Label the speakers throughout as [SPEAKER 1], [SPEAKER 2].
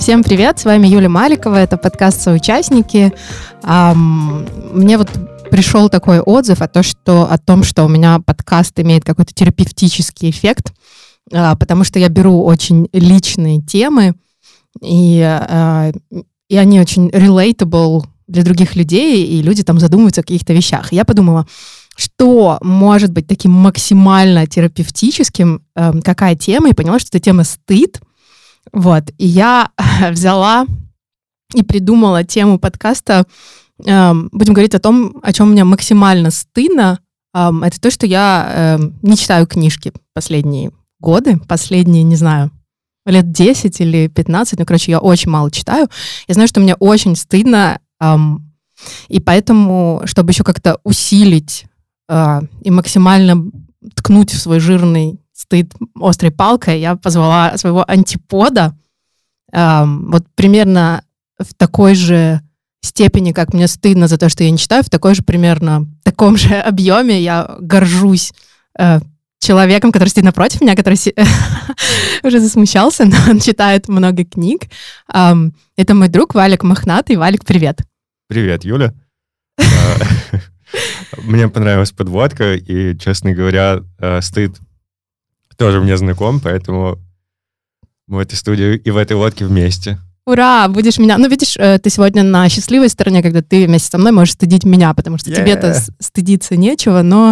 [SPEAKER 1] Всем привет, с вами Юлия Маликова, это подкаст «Соучастники». Мне вот пришел такой отзыв о том, что у меня подкаст имеет какой-то терапевтический эффект, потому что я беру очень личные темы, и они очень relatable для других людей, и люди там задумываются о каких-то вещах. И я подумала, что может быть таким максимально терапевтическим, какая тема, и поняла, что это тема стыд. Вот, и я взяла и придумала тему подкаста. Будем говорить о том, о чем мне максимально стыдно. Это то, что я не читаю книжки последние годы, не знаю, лет 10 или 15, я очень мало читаю. Я знаю, что мне очень стыдно, и поэтому, чтобы еще как-то усилить и максимально ткнуть в свой жирный стыд острой палкой, я позвала своего антипода. Вот примерно в такой же степени, как мне стыдно за то, что я не читаю, в таком же объеме я горжусь человеком, который сидит напротив меня, который уже засмущался, но он читает много книг. Это мой друг Валик Мохнатый. Валик, привет.
[SPEAKER 2] Привет, Юля. Мне понравилась подводка, и, честно говоря, стыд тоже мне знаком, поэтому мы в этой студии и в этой лодке вместе.
[SPEAKER 1] Ура, будешь меня... Ну, видишь, ты сегодня на счастливой стороне, когда ты вместе со мной можешь стыдить меня, потому что тебе-то стыдиться нечего, но...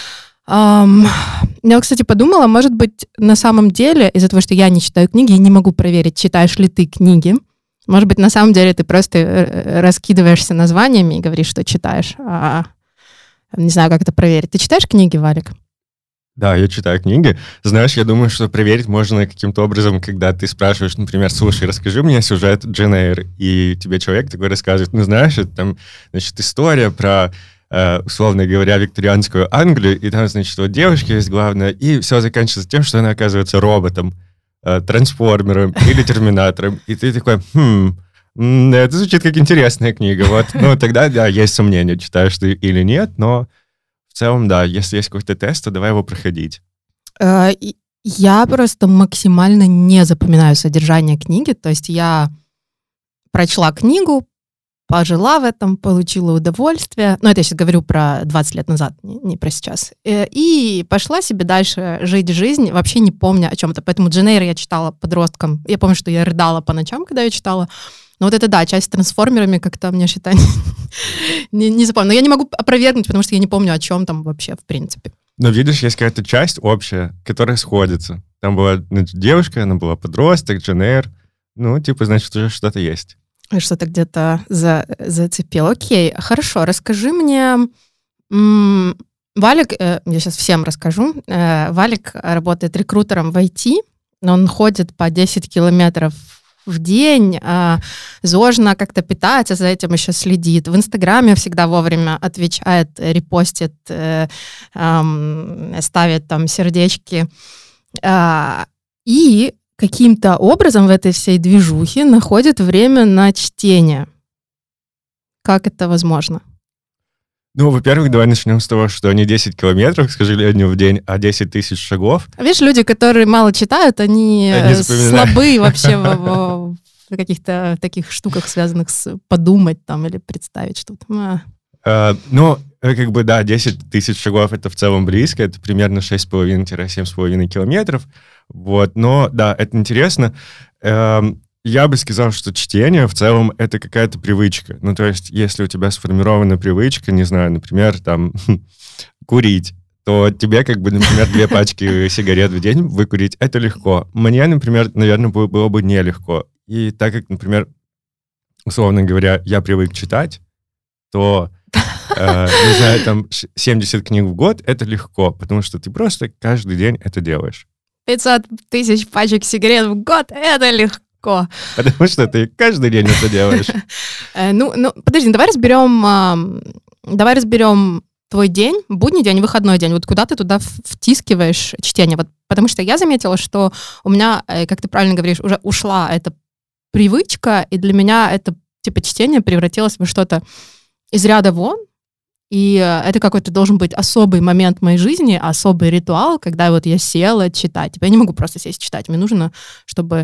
[SPEAKER 1] Я, кстати, подумала, может быть, на самом деле, из-за того, что я не читаю книги, я не могу проверить, читаешь ли ты книги. Может быть, на самом деле ты просто раскидываешься названиями и говоришь, что читаешь. Не знаю, как это проверить. Ты читаешь книги, Валик?
[SPEAKER 2] Да, я читаю книги. Знаешь, я думаю, что проверить можно каким-то образом, когда ты спрашиваешь, например, слушай, расскажи мне сюжет Джейн Эйр, и тебе человек такой рассказывает, ну, знаешь, это там, значит, история про, условно говоря, викторианскую Англию, и там, значит, вот девушка есть главная, и все заканчивается тем, что она оказывается роботом, трансформером или терминатором, и ты такой, это звучит как интересная книга, вот. Ну, тогда, да, есть сомнения, читаешь ты или нет, но в целом, да, если есть какой-то тест, то давай его проходить.
[SPEAKER 1] Я просто максимально не запоминаю содержание книги, то есть я прочла книгу, пожила в этом, получила удовольствие, ну, это я сейчас говорю про 20 лет назад, не про сейчас, и пошла себе дальше жить жизнь, вообще не помня о чем-то, поэтому Джейн Эйр я читала подростком, я помню, что я рыдала по ночам, когда я читала. Но вот это, да, часть с трансформерами как-то мне что-то не запомнила. Но я не могу опровергнуть, потому что я не помню, о чем там вообще, в принципе.
[SPEAKER 2] Но видишь, есть какая-то часть общая, которая сходится. Там была, значит, девушка, она была подросток, Джейн Эйр. Ну, типа, значит, уже что-то есть.
[SPEAKER 1] Что-то где-то зацепил. Окей, хорошо, расскажи мне... Валик, я сейчас всем расскажу. Валик работает рекрутером в IT, он ходит по 10 километров в день, зожно как-то питается, за этим еще следит. В Инстаграме всегда вовремя отвечает, репостит, ставит там сердечки. И каким-то образом в этой всей движухе находит время на чтение. Как это возможно?
[SPEAKER 2] Ну, во-первых, давай начнем с того, что не 10 километров, к сожалению, в день, а 10 тысяч шагов.
[SPEAKER 1] Видишь, люди, которые мало читают, они слабы вообще в каких-то таких штуках, связанных с подумать там или представить что-то.
[SPEAKER 2] Ну, как бы, да, 10 тысяч шагов — это в целом близко, это примерно 6,5-7,5 километров. Вот, но, да, это интересно. Я бы сказал, что чтение в целом это какая-то привычка. Ну, то есть, если у тебя сформирована привычка, не знаю, например, там, курить, то тебе, как бы, например, 2 пачки сигарет в день выкурить, это легко. Мне, например, наверное, было бы нелегко. И так как, например, условно говоря, я привык читать, то, не знаю, там, 70 книг в год — это легко, потому что ты просто каждый день это делаешь.
[SPEAKER 1] 500 тысяч пачек сигарет в год — это легко.
[SPEAKER 2] Потому что ты каждый день это делаешь.
[SPEAKER 1] Ну, подожди, давай разберем твой день, будний день, выходной день. Вот куда ты туда втискиваешь чтение? Вот, потому что я заметила, что у меня, как ты правильно говоришь, уже ушла эта привычка, и для меня это типа чтение превратилось во что-то из ряда вон. И это какой-то должен быть особый момент в моей жизни, особый ритуал, когда вот я села читать. Я не могу просто сесть читать. Мне нужно, чтобы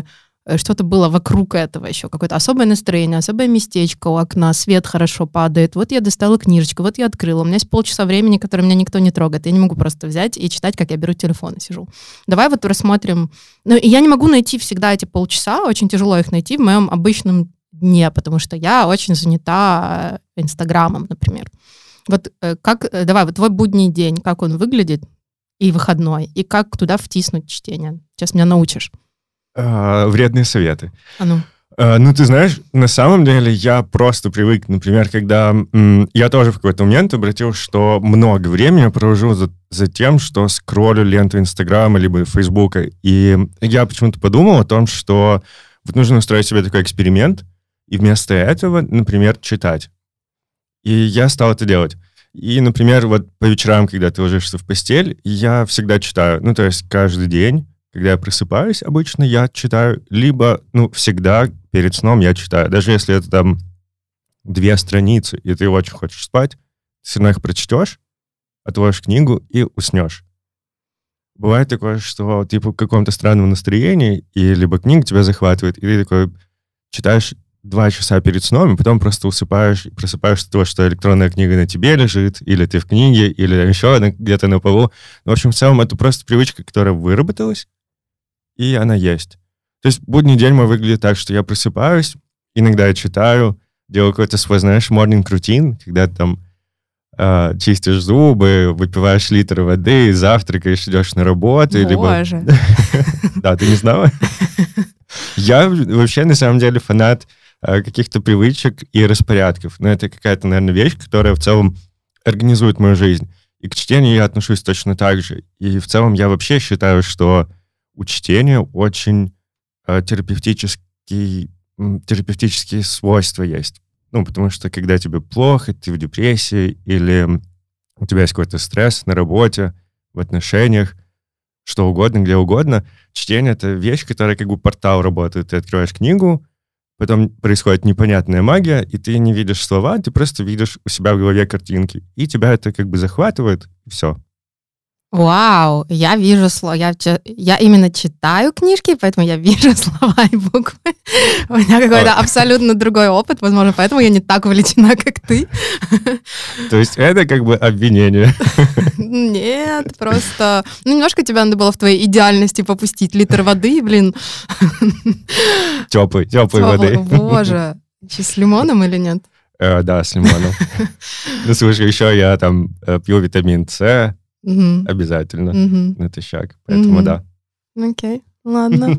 [SPEAKER 1] что-то было вокруг этого еще, какое-то особое настроение, особое местечко у окна, свет хорошо падает. Вот я достала книжечку, вот я открыла. У меня есть полчаса времени, которое меня никто не трогает. Я не могу просто взять и читать, как я беру телефон и сижу. Давай вот рассмотрим. Ну, я не могу найти всегда эти полчаса, очень тяжело их найти в моем обычном дне, потому что я очень занята Инстаграмом, например. Вот давай, вот твой будний день, как он выглядит, и выходной, и как туда втиснуть чтение? Сейчас меня научишь.
[SPEAKER 2] Вредные советы.
[SPEAKER 1] А ну.
[SPEAKER 2] Ну, ты знаешь, на самом деле я просто привык, например, когда я тоже в какой-то момент обратил, что много времени я провожу за тем, что скроллю ленту Инстаграма либо Фейсбука, и я почему-то подумал о том, что вот нужно устроить себе такой эксперимент, и вместо этого, например, читать. И я стал это делать. И, например, вот по вечерам, когда ты ложишься в постель, я всегда читаю. Ну, то есть каждый день, когда я просыпаюсь, обычно я читаю, либо, всегда перед сном я читаю. Даже если это там 2 страницы, и ты очень хочешь спать, ты все равно их прочтешь, отложишь книгу и уснешь. Бывает такое, что типа в каком-то странном настроении, и либо книга тебя захватывает, и ты такой читаешь 2 часа перед сном, и потом просто усыпаешь и просыпаешься от того, что электронная книга на тебе лежит, или ты в книге, или еще где-то на полу. В общем, в целом, это просто привычка, которая выработалась, и она есть. То есть будний день мой выглядит так, что я просыпаюсь, иногда я читаю, делаю какой-то свой, знаешь, morning routine, когда ты там чистишь зубы, выпиваешь литр воды, завтракаешь, идешь на работу.
[SPEAKER 1] Боже.
[SPEAKER 2] Да, ты не знала? Я вообще, на самом деле, фанат каких-то привычек и распорядков. Но это какая-то, наверное, вещь, которая в целом организует мою жизнь. И к чтению я отношусь точно так же. И в целом я вообще считаю, что у чтения очень терапевтические свойства есть. Потому что когда тебе плохо, ты в депрессии, или у тебя есть какой-то стресс на работе, в отношениях, что угодно, где угодно, чтение — это вещь, которая как бы портал работает. Ты открываешь книгу, потом происходит непонятная магия, и ты не видишь слова, ты просто видишь у себя в голове картинки, и тебя это как бы захватывает, и все.
[SPEAKER 1] Вау, я вижу слова. Я именно читаю книжки, поэтому я вижу слова и буквы. У меня какой-то абсолютно другой опыт, возможно, поэтому я не так увлечена, как ты.
[SPEAKER 2] То есть это как бы обвинение?
[SPEAKER 1] Нет, просто... немножко тебя надо было в твоей идеальности попустить. Литр воды, блин.
[SPEAKER 2] Теплой воды.
[SPEAKER 1] Боже, с лимоном или нет?
[SPEAKER 2] Да, с лимоном. Слушай, еще я там пью витамин С, обязательно, натощак, поэтому да.
[SPEAKER 1] Окей, ладно.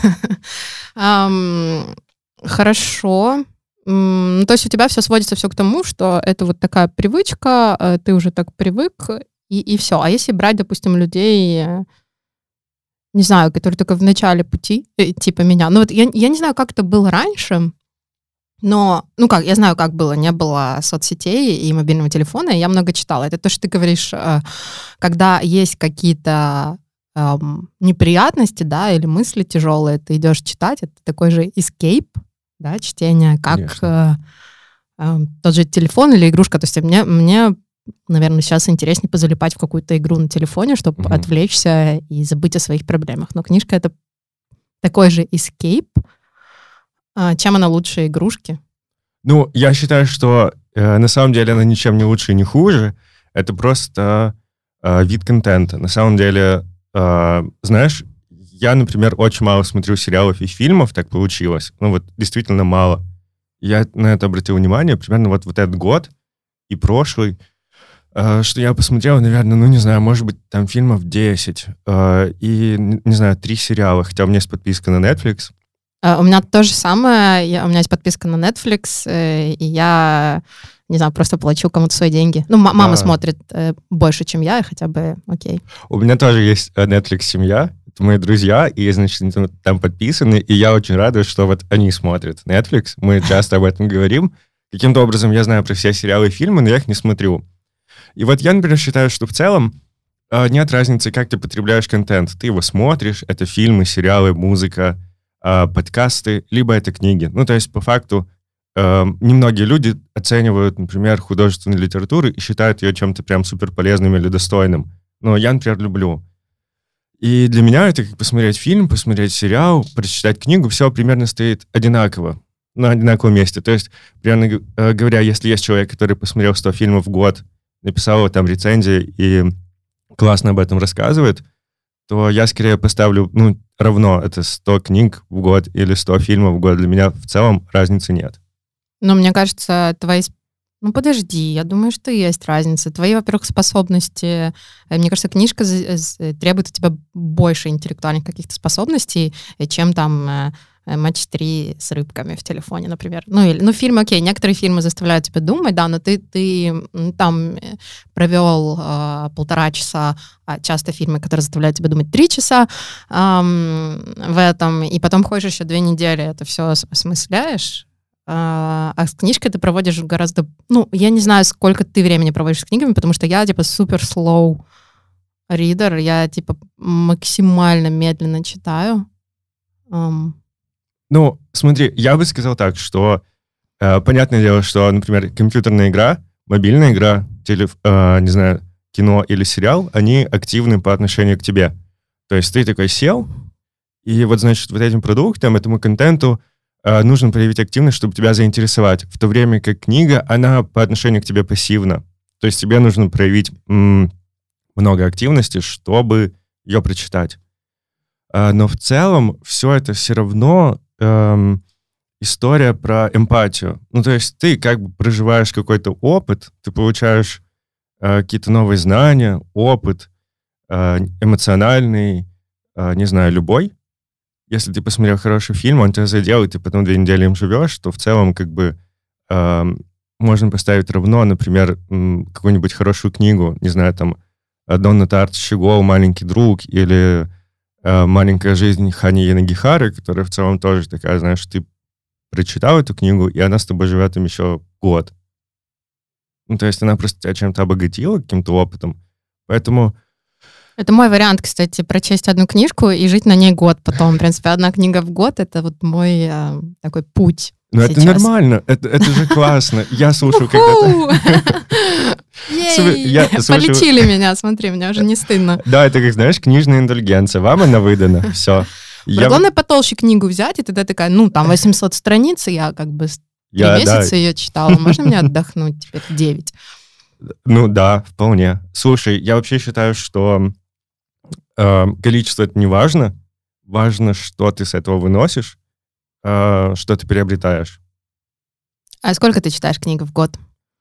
[SPEAKER 1] Хорошо. То есть у тебя все сводится все к тому, что это вот такая привычка, ты уже так привык, и все. А если брать, допустим, людей, не знаю, которые только в начале пути, типа меня, вот я не знаю, как это было раньше, но, я знаю, как было, не было соцсетей и мобильного телефона, и я много читала. Это то, что ты говоришь, когда есть какие-то неприятности, да, или мысли тяжелые, ты идешь читать, это такой же escape, да, чтение, как тот же телефон или игрушка. То есть мне, наверное, сейчас интереснее позалипать в какую-то игру на телефоне, чтобы отвлечься и забыть о своих проблемах. Но книжка — это такой же escape. Чем она лучше игрушки?
[SPEAKER 2] Я считаю, что на самом деле она ничем не лучше и не хуже. Это просто вид контента. На самом деле, знаешь, я, например, очень мало смотрю сериалов и фильмов, так получилось. Действительно мало. Я на это обратил внимание примерно вот этот год и прошлый, что я посмотрел, наверное, не знаю, может быть, там фильмов 10 и, не знаю, 3 сериала, хотя у меня есть подписка на Netflix.
[SPEAKER 1] У меня то же самое. У меня есть подписка на Netflix, и я, не знаю, просто плачу кому-то свои деньги. Мама смотрит больше, чем я, хотя бы окей.
[SPEAKER 2] У меня тоже есть Netflix семья, это мои друзья, и, значит, они там подписаны, и я очень радуюсь, что вот они смотрят Netflix. Мы часто об этом говорим. Каким-то образом я знаю про все сериалы и фильмы, но я их не смотрю. И вот я, например, считаю, что в целом нет разницы, как ты потребляешь контент. Ты его смотришь, это фильмы, сериалы, музыка, подкасты, либо это книги. То есть, по факту, немногие люди оценивают, например, художественную литературу и считают ее чем-то прям супер полезным или достойным. Но я, например, люблю. И для меня это как посмотреть фильм, посмотреть сериал, прочитать книгу, все примерно стоит одинаково, на одинаковом месте. То есть, примерно говоря, если есть человек, который посмотрел 100 фильмов в год, написал там рецензии и классно об этом рассказывает, то я скорее поставлю, равно это 100 книг в год или 100 фильмов в год. Для меня в целом разницы нет.
[SPEAKER 1] Но мне кажется, Ну, подожди, я думаю, что есть разница. Твои, во-первых, способности... Мне кажется, книжка требует у тебя больше интеллектуальных каких-то способностей, чем там матч 3 с рыбками в телефоне, например. Фильмы, окей, некоторые фильмы заставляют тебя думать, да, но ты там провел 1,5 часа, а часто фильмы, которые заставляют тебя думать 3 часа в этом, и потом ходишь еще 2 недели, это все осмысляешь. А с книжкой ты проводишь гораздо... я не знаю, сколько ты времени проводишь с книгами, потому что я, супер slow reader, я, максимально медленно читаю.
[SPEAKER 2] Смотри, я бы сказал так, что понятное дело, что, например, компьютерная игра, мобильная игра, не знаю, кино или сериал, они активны по отношению к тебе. То есть ты такой сел, и вот, значит, вот этим продуктом, этому контенту нужно проявить активность, чтобы тебя заинтересовать. В то время как книга, она по отношению к тебе пассивна. То есть тебе нужно проявить много активности, чтобы ее прочитать. Но в целом все это все равно история про эмпатию. То есть ты как бы проживаешь какой-то опыт, ты получаешь какие-то новые знания, опыт эмоциональный, не знаю, любой. Если ты посмотрел хороший фильм, он тебя задел, и ты потом 2 недели им живешь, то в целом как бы можно поставить равно, например, какую-нибудь хорошую книгу, не знаю, там Донна Тарт Шигол «Маленький друг» или «Маленькая жизнь» Хани Янагихары, которая в целом тоже такая, знаешь, ты прочитал эту книгу, и она с тобой живет им еще год. То есть она просто тебя чем-то обогатила, каким-то опытом. Поэтому...
[SPEAKER 1] Это мой вариант, кстати, прочесть одну книжку и жить на ней год потом. В принципе, 1 книга в год — это вот мой такой путь.
[SPEAKER 2] Это нормально, это же классно. Я слушаю когда-то...
[SPEAKER 1] Полечили меня, смотри, мне уже не стыдно.
[SPEAKER 2] Да, это как, знаешь, книжная индульгенция. Вам она выдана, все.
[SPEAKER 1] Главное потолще книгу взять, и тогда такая, там 800 страниц, и я как бы 3 месяца ее читала. Можно мне отдохнуть теперь 9?
[SPEAKER 2] Да, вполне. Слушай, я вообще считаю, что количество это не важно. Важно, что ты с этого выносишь, что ты приобретаешь.
[SPEAKER 1] А сколько ты читаешь книг в год?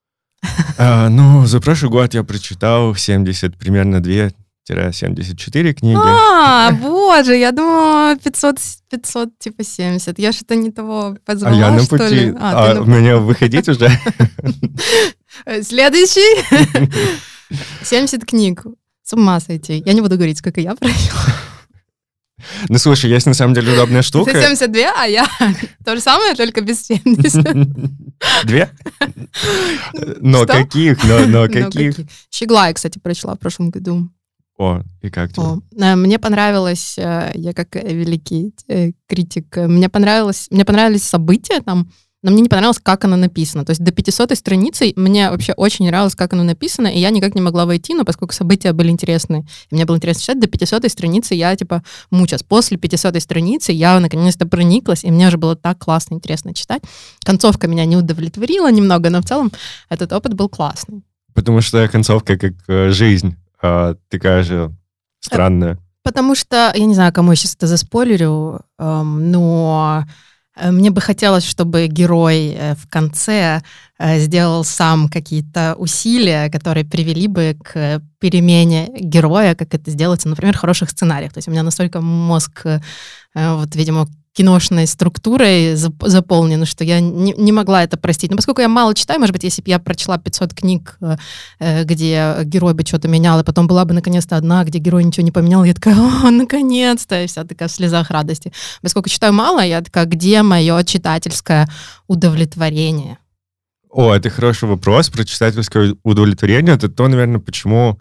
[SPEAKER 2] За прошлый год я прочитал примерно 2-74 книги.
[SPEAKER 1] Боже, я думала 500, 70. Я что-то не того позвала,
[SPEAKER 2] я на
[SPEAKER 1] что
[SPEAKER 2] пути.
[SPEAKER 1] ли?
[SPEAKER 2] Мне выходить уже?
[SPEAKER 1] Следующий. 70 книг. С ума сойти. Я не буду говорить, сколько я прочла.
[SPEAKER 2] Слушай, есть на самом деле удобная штука.
[SPEAKER 1] Ты 72, а я то же самое, только без 70.
[SPEAKER 2] 2? Но каких? Но каких?
[SPEAKER 1] Щегла я, кстати, прочла в прошлом году.
[SPEAKER 2] О, и как тебе?
[SPEAKER 1] Мне понравилось, я как великий критик, мне понравились события там, но мне не понравилось, как оно написано. То есть до 500-й страницы мне вообще очень нравилось, как оно написано, и я никак не могла войти, но поскольку события были интересны, и мне было интересно читать, до 500-й страницы я мучилась. После 500-й страницы я наконец-то прониклась, и мне уже было так классно, интересно читать. Концовка меня не удовлетворила немного, но в целом этот опыт был классный.
[SPEAKER 2] Потому что концовка как жизнь такая же странная.
[SPEAKER 1] Потому что, я не знаю, кому я сейчас это заспойлерю, но мне бы хотелось, чтобы герой в конце сделал сам какие-то усилия, которые привели бы к перемене героя, как это сделается, например, в хороших сценариях. То есть у меня настолько мозг, видимо, киношной структурой заполнена, что я не могла это простить. Но поскольку я мало читаю, может быть, если бы я прочла 500 книг, где герой бы что-то менял, и потом была бы наконец-то одна, где герой ничего не поменял, я такая, наконец-то, и вся такая в слезах радости. Поскольку читаю мало, я такая, где мое читательское удовлетворение?
[SPEAKER 2] Это хороший вопрос про читательское удовлетворение. Это то, наверное, почему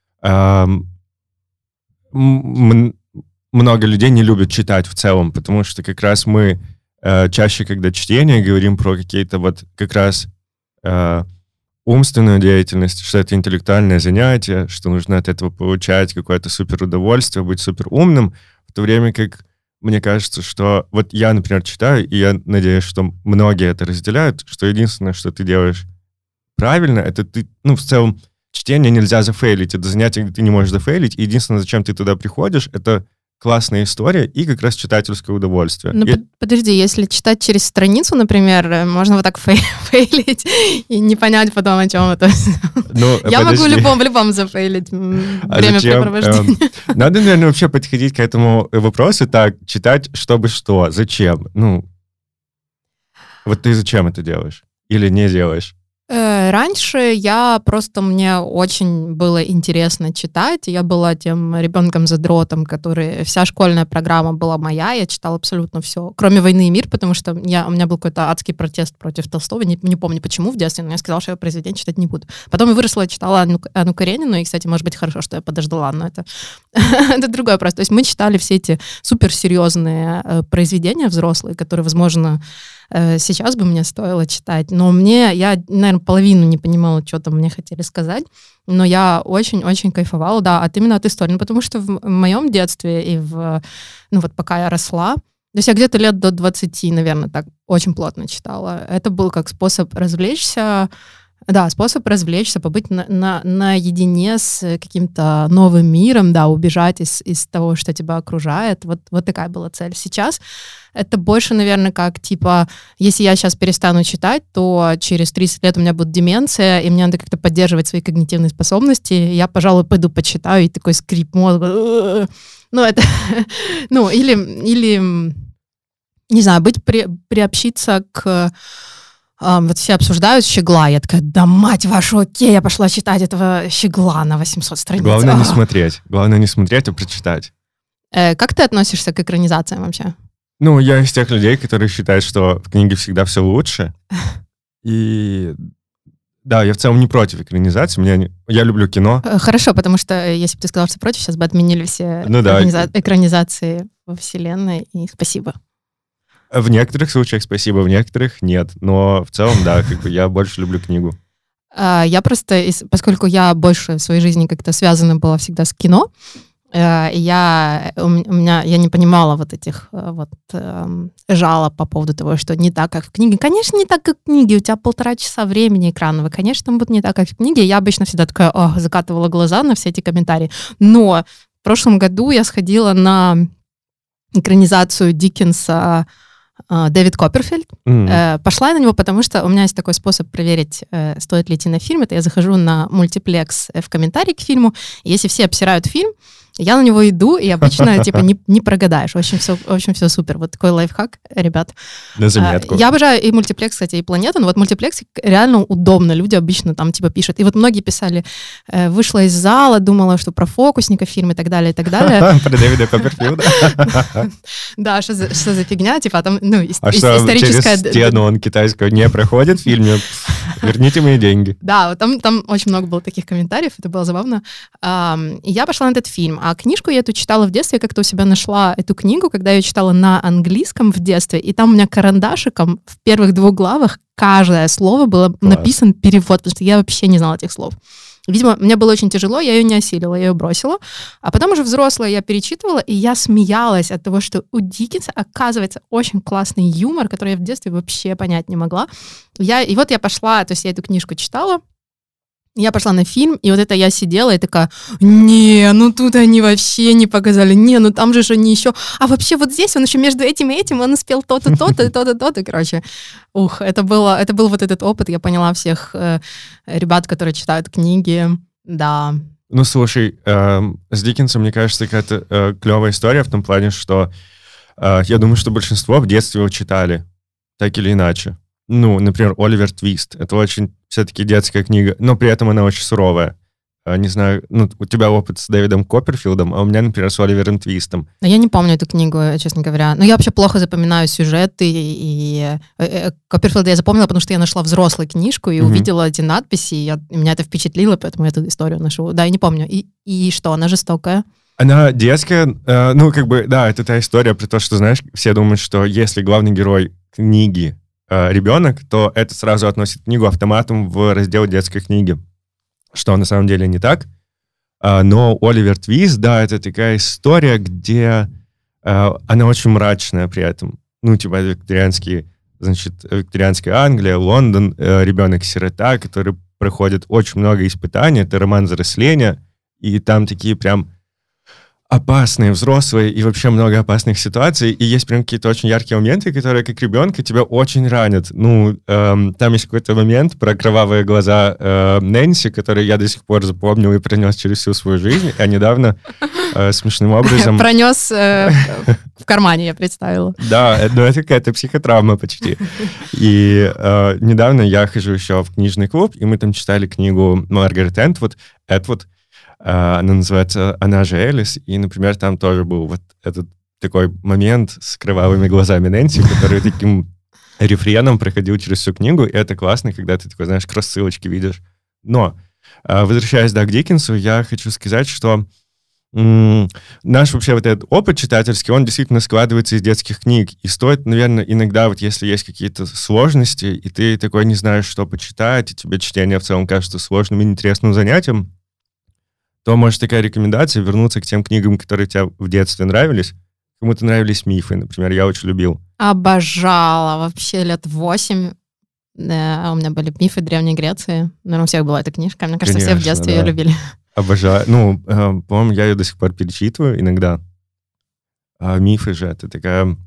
[SPEAKER 2] много людей не любят читать в целом, потому что как раз мы чаще, когда чтение, говорим про какие-то как раз умственную деятельность, что это интеллектуальное занятие, что нужно от этого получать какое-то супер удовольствие, быть супер умным, в то время как мне кажется, что вот я, например, читаю, и я надеюсь, что многие это разделяют, что единственное, что ты делаешь правильно, это ты, ну, в целом, чтение нельзя зафейлить, это занятие, где ты не можешь зафейлить, и единственное, зачем ты туда приходишь, это классная история и как раз читательское удовольствие.
[SPEAKER 1] Ну, подожди, если читать через страницу, например, можно вот так фейлить и не понять потом, о чем это.
[SPEAKER 2] Ну,
[SPEAKER 1] я могу в любом зафейлить времяпрепровождение.
[SPEAKER 2] Надо, наверное, вообще подходить к этому вопросу так, читать, чтобы что, зачем. Ну, вот ты зачем это делаешь? Или не делаешь?
[SPEAKER 1] Раньше мне очень было интересно читать. Я была тем ребенком-задротом, вся школьная программа была моя. Я читала абсолютно все, кроме «Войны и мир», потому что у меня был какой-то адский протест против Толстого. Не помню, почему в детстве, но я сказала, что я произведение читать не буду. Потом я выросла, читала Анну Каренину, и, кстати, может быть, хорошо, что я подождала, но это другой вопрос. То есть мы читали все эти суперсерьезные произведения взрослые, которые, возможно, сейчас бы мне стоило читать, но я, наверное, половину не понимала, что там мне хотели сказать, но я очень-очень кайфовала, да, именно от истории, потому что в моем детстве и пока я росла, то есть я где-то лет до 20, наверное, так очень плотно читала. Это был как способ развлечься, побыть наедине с каким-то новым миром, да, убежать из того, что тебя окружает. Вот такая была цель. Сейчас это больше, наверное, как, типа, если я сейчас перестану читать, то через 30 лет у меня будет деменция, и мне надо как-то поддерживать свои когнитивные способности. Я, пожалуй, пойду почитаю, и такой скрип мозга. Ну, это... Ну, или не знаю, приобщиться к... Вот все обсуждают «Щегла». Я такая, да мать вашу, окей, я пошла читать этого «Щегла» на 800 страниц.
[SPEAKER 2] Главное не смотреть. Главное не смотреть, а прочитать.
[SPEAKER 1] Как ты относишься к экранизациям вообще?
[SPEAKER 2] Ну, я из тех людей, которые считают, что в книге всегда все лучше. И да, я в целом не против экранизации. Я люблю кино.
[SPEAKER 1] Хорошо, потому что если бы ты сказал, что против, сейчас бы отменили все экранизации во вселенной. И спасибо.
[SPEAKER 2] В некоторых случаях спасибо, в некоторых нет. Но в целом, да, я больше люблю книгу.
[SPEAKER 1] Я просто, поскольку я больше в своей жизни как-то связана была всегда с кино, я не понимала вот этих жалоб по поводу того, что не так, как в книге. Конечно, не так, как в книге. У тебя 1,5 часа времени экранного. Конечно, там будет не так, как в книге. Я обычно всегда такая закатывала глаза на все эти комментарии. Но в прошлом году я сходила на экранизацию Диккенса Дэвид Копперфильд. Пошла я на него, потому что у меня есть такой способ проверить, стоит ли идти на фильм. Это я захожу на мультиплекс в комментарии к фильму. И если все обсирают фильм, я на него иду, и обычно типа не прогадаешь. В общем, все супер. Вот такой лайфхак, ребят.
[SPEAKER 2] На заметку.
[SPEAKER 1] Я обожаю и мультиплекс, кстати, и Планету, но вот мультиплекс реально удобно. Люди обычно там типа пишут. И вот многие писали, вышла из зала, думала, что про фокусника фильм и так далее, и так далее.
[SPEAKER 2] Про Дэвида Копперфилда.
[SPEAKER 1] Да, что за фигня, типа там,
[SPEAKER 2] историческая... А что, через стену он китайского не проходит в фильме? Верните мои деньги.
[SPEAKER 1] Да, там очень много было таких комментариев, это было забавно. И я пошла на этот фильм. А книжку я эту читала в детстве, я как-то у себя нашла эту книгу, когда я читала на английском в детстве, и там у меня карандашиком в первых 2 главах каждое слово было написан перевод, потому что я вообще не знала этих слов. Видимо, мне было очень тяжело, я ее не осилила, я ее бросила. А потом уже взрослая я перечитывала, и я смеялась от того, что у Диккенса, оказывается, очень классный юмор, который я в детстве вообще понять не могла. И вот я пошла, то есть я эту книжку читала, я пошла на фильм, и вот это я сидела и такая, ну тут они вообще не показали, ну там же они еще, а вообще вот здесь он еще между этим и этим, он успел то-то, то-то, и то-то, то-то, короче. Это был вот этот опыт, я поняла всех ребят, которые читают книги, да.
[SPEAKER 2] Ну, слушай, с Диккенсом, мне кажется, какая-то клевая история в том плане, что я думаю, что большинство в детстве его читали, так или иначе. Ну, например, «Оливер Твист». Это очень все-таки детская книга, но при этом она очень суровая. Не знаю, у тебя опыт с Дэвидом Копперфилдом, а у меня, например, с Оливером Твистом.
[SPEAKER 1] Я не помню эту книгу, честно говоря. Но я вообще плохо запоминаю сюжеты. И Копперфилда я запомнила, потому что я нашла взрослую книжку и увидела эти надписи, и меня это впечатлило, поэтому я эту историю ношу. Да, я не помню. И что, она жестокая?
[SPEAKER 2] Она детская. Да, это та история про то, что, знаешь, все думают, что если главный герой книги ребенок, то это сразу относит книгу автоматом в раздел детской книги, что на самом деле не так. Но Оливер Твист, да, это такая история, где она очень мрачная при этом. Ну, типа викторианская Англия, Лондон, ребенок-сирота, который проходит очень много испытаний, это роман взросления, и там такие прям опасные взрослые и вообще много опасных ситуаций, и есть прям какие-то очень яркие моменты, которые как ребенка тебя очень ранят. Ну, там есть какой-то момент про кровавые глаза Нэнси, который я до сих пор запомнил и пронес через всю свою жизнь, а недавно смешным образом...
[SPEAKER 1] Пронес в кармане, я представила.
[SPEAKER 2] Да, но это какая-то психотравма почти. И недавно я хожу еще в книжный клуб, и мы там читали книгу Маргарет Этвуд. Она называется «Она же Элис», и, например, там тоже был вот этот такой момент с кровавыми глазами Нэнси, который таким рефреном проходил через всю книгу, и это классно, когда ты такой, знаешь, кросс-ссылочки видишь. Но, возвращаясь, да, к Диккенсу, я хочу сказать, что наш вообще вот этот опыт читательский, он действительно складывается из детских книг, и стоит, наверное, иногда, вот если есть какие-то сложности, и ты такой не знаешь, что почитать, и тебе чтение в целом кажется сложным и неинтересным занятием, то, может, такая рекомендация вернуться к тем книгам, которые тебе в детстве нравились. Кому-то нравились мифы, например, я очень любил.
[SPEAKER 1] Обожала. Вообще лет 8 у меня были мифы Древней Греции. Наверное, у всех была эта книжка. Мне кажется,
[SPEAKER 2] Конечно,
[SPEAKER 1] все в детстве
[SPEAKER 2] да.
[SPEAKER 1] ее любили.
[SPEAKER 2] Обожаю. Ну, по-моему, я ее до сих пор перечитываю иногда. Мифы же — это такая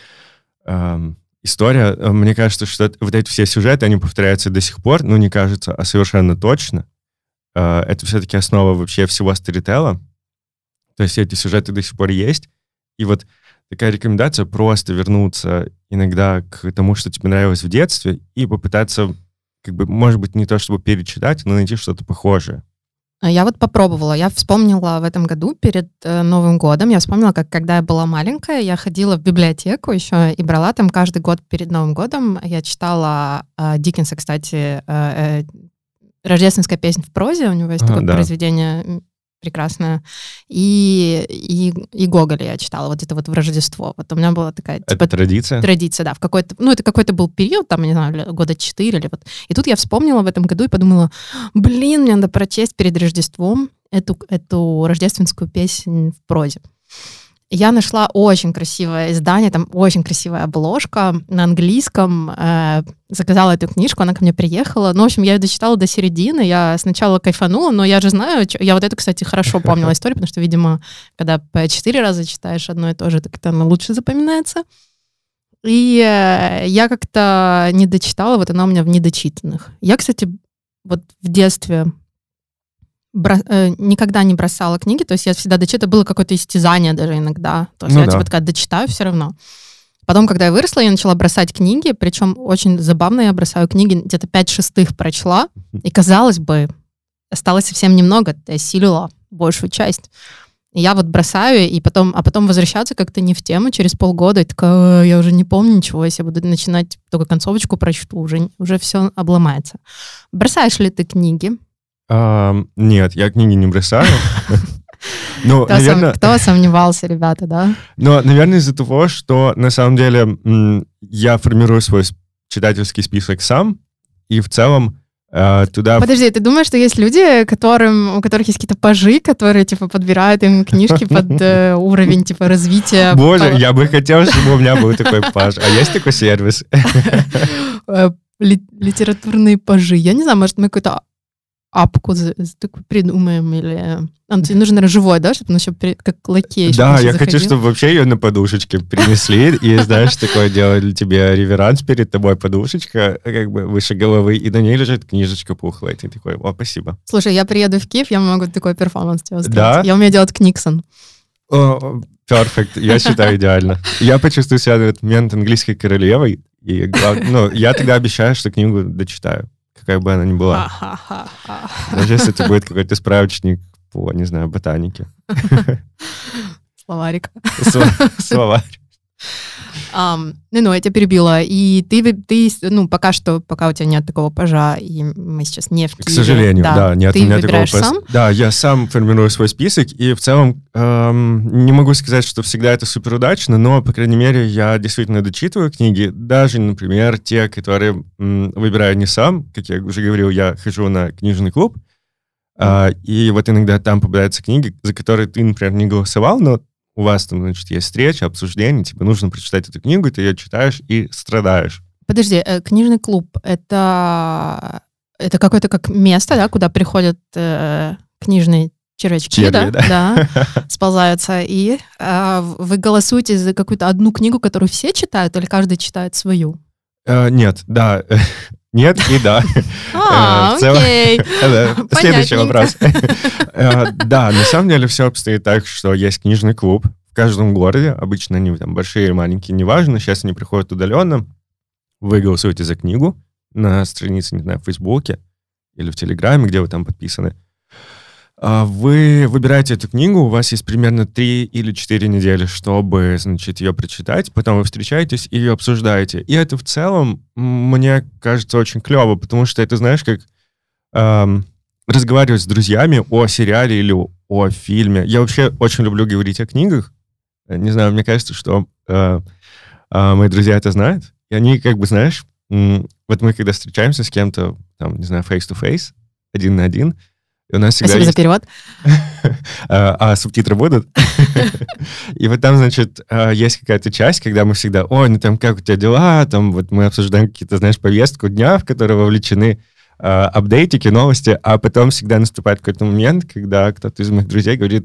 [SPEAKER 2] история. Мне кажется, что вот эти все сюжеты, они повторяются до сих пор, ну, не кажется, а совершенно точно. Это все-таки основа вообще всего сторителла. То есть эти сюжеты до сих пор есть. И вот такая рекомендация — просто вернуться иногда к тому, что тебе нравилось в детстве, и попытаться, как бы, может быть, не то чтобы перечитать, но найти что-то похожее.
[SPEAKER 1] Я вот попробовала. Я вспомнила в этом году перед Новым годом. Я вспомнила, как когда я была маленькая, я ходила в библиотеку еще и брала там каждый год перед Новым годом. Я читала Диккенса, кстати, «Рождественская песнь в прозе», у него есть такое произведение прекрасное, и Гоголя я читала, вот это вот в Рождество. Вот у меня была такая...
[SPEAKER 2] Это традиция?
[SPEAKER 1] Традиция, да. Это какой-то был период, там, не знаю, года 4 или вот. И тут я вспомнила в этом году и подумала, мне надо прочесть перед Рождеством эту рождественскую песнь в прозе. Я нашла очень красивое издание, там очень красивая обложка на английском. Заказала эту книжку, она ко мне приехала. Ну, в общем, я ее дочитала до середины. Я сначала кайфанула, но я же знаю... Я вот эту, кстати, хорошо помнила историю, потому что, видимо, когда по 4 раза читаешь одно и то же, так это оно лучше запоминается. И я как-то не дочитала, вот она у меня в недочитанных. Я, кстати, вот в детстве... никогда не бросала книги, то есть я всегда дочитала, было какое-то истязание даже иногда, то есть я типа такая дочитаю все равно. Потом, когда я выросла, я начала бросать книги, причем очень забавно, я бросаю книги, где-то 5/6 прочла, и, казалось бы, осталось совсем немного, ты осилила большую часть. И я вот бросаю, и потом возвращаться как-то не в тему, через полгода, и такая, я уже не помню ничего, если я буду начинать, только концовочку прочту, уже все обломается. Бросаешь ли ты книги?
[SPEAKER 2] Нет, я книги не бросаю. Ну, наверное...
[SPEAKER 1] Кто сомневался, ребята, да?
[SPEAKER 2] Но, наверное, из-за того, что на самом деле я формирую свой читательский список сам, и в целом туда...
[SPEAKER 1] Подожди, ты думаешь, что есть люди, у которых есть какие-то пажи, которые, типа, подбирают им книжки под уровень, типа, развития?
[SPEAKER 2] Боже, я бы хотел, чтобы у меня был такой паж. А есть такой сервис?
[SPEAKER 1] Литературные пажи. Я не знаю, может, мы какой-то апку такую придумаем, или... Тебе нужен, наверное, живой, да, чтобы он еще как лакей.
[SPEAKER 2] Да, я хочу, чтобы вообще ее на подушечке принесли, и, знаешь, такое делали тебе реверанс перед тобой, подушечка как бы выше головы, и на ней лежит книжечка пухлая. Ты такой, спасибо.
[SPEAKER 1] Слушай, я приеду в Киев, я могу такой перформанс тебе устроить.
[SPEAKER 2] Да?
[SPEAKER 1] Я умею делать книксон.
[SPEAKER 2] Перфект, я считаю, идеально. Я почувствую себя в этот момент английской королевой, и я тогда обещаю, что книгу дочитаю, какая бы она ни была. Даже если это будет какой-то справочник по, не знаю, ботанике.
[SPEAKER 1] Словарик.
[SPEAKER 2] Словарь.
[SPEAKER 1] Ну, я тебя перебила. И ты, ну, пока у тебя нет такого пажа, и мы сейчас не в Киеве.
[SPEAKER 2] К сожалению, да, нет у меня такого
[SPEAKER 1] сам?
[SPEAKER 2] Да, я сам формирую свой список, и в целом не могу сказать, что всегда это суперудачно, но, по крайней мере, я действительно дочитываю книги, даже, например, те, которые выбираю не сам. Как я уже говорил, я хожу на книжный клуб, и вот иногда там попадаются книги, за которые ты, например, не голосовал, но у вас там, значит, есть встреча, обсуждение, тебе нужно прочитать эту книгу, ты ее читаешь и страдаешь.
[SPEAKER 1] Подожди, книжный клуб — это какое-то как место, да, куда приходят книжные червячки, да, сползаются, и вы голосуете за какую-то одну книгу, которую все читают, или каждый читает свою?
[SPEAKER 2] Нет, да. Нет и да.
[SPEAKER 1] Окей.
[SPEAKER 2] Следующий вопрос. Да, на самом деле все обстоит так, что есть книжный клуб в каждом городе. Обычно они там большие или маленькие, неважно. Сейчас они приходят удаленно. Вы голосуете за книгу на странице, не знаю, в Фейсбуке или в Телеграме, где вы там подписаны. Вы выбираете эту книгу, у вас есть примерно 3 или 4 недели, чтобы, значит, ее прочитать, потом вы встречаетесь и ее обсуждаете. И это в целом, мне кажется, очень клево, потому что это, знаешь, как разговаривать с друзьями о сериале или о фильме. Я вообще очень люблю говорить о книгах. Не знаю, мне кажется, что мои друзья это знают, и они, как бы, знаешь, вот мы когда встречаемся с кем-то, там, не знаю, face-to-face, один на один, и у нас всегда
[SPEAKER 1] Спасибо за перевод.
[SPEAKER 2] А субтитры будут? И вот там, значит, есть какая-то часть, когда мы всегда, ой, ну там как у тебя дела, там вот мы обсуждаем какие-то, знаешь, повестку дня, в которой вовлечены апдейтики, новости, а потом всегда наступает какой-то момент, когда кто-то из моих друзей говорит,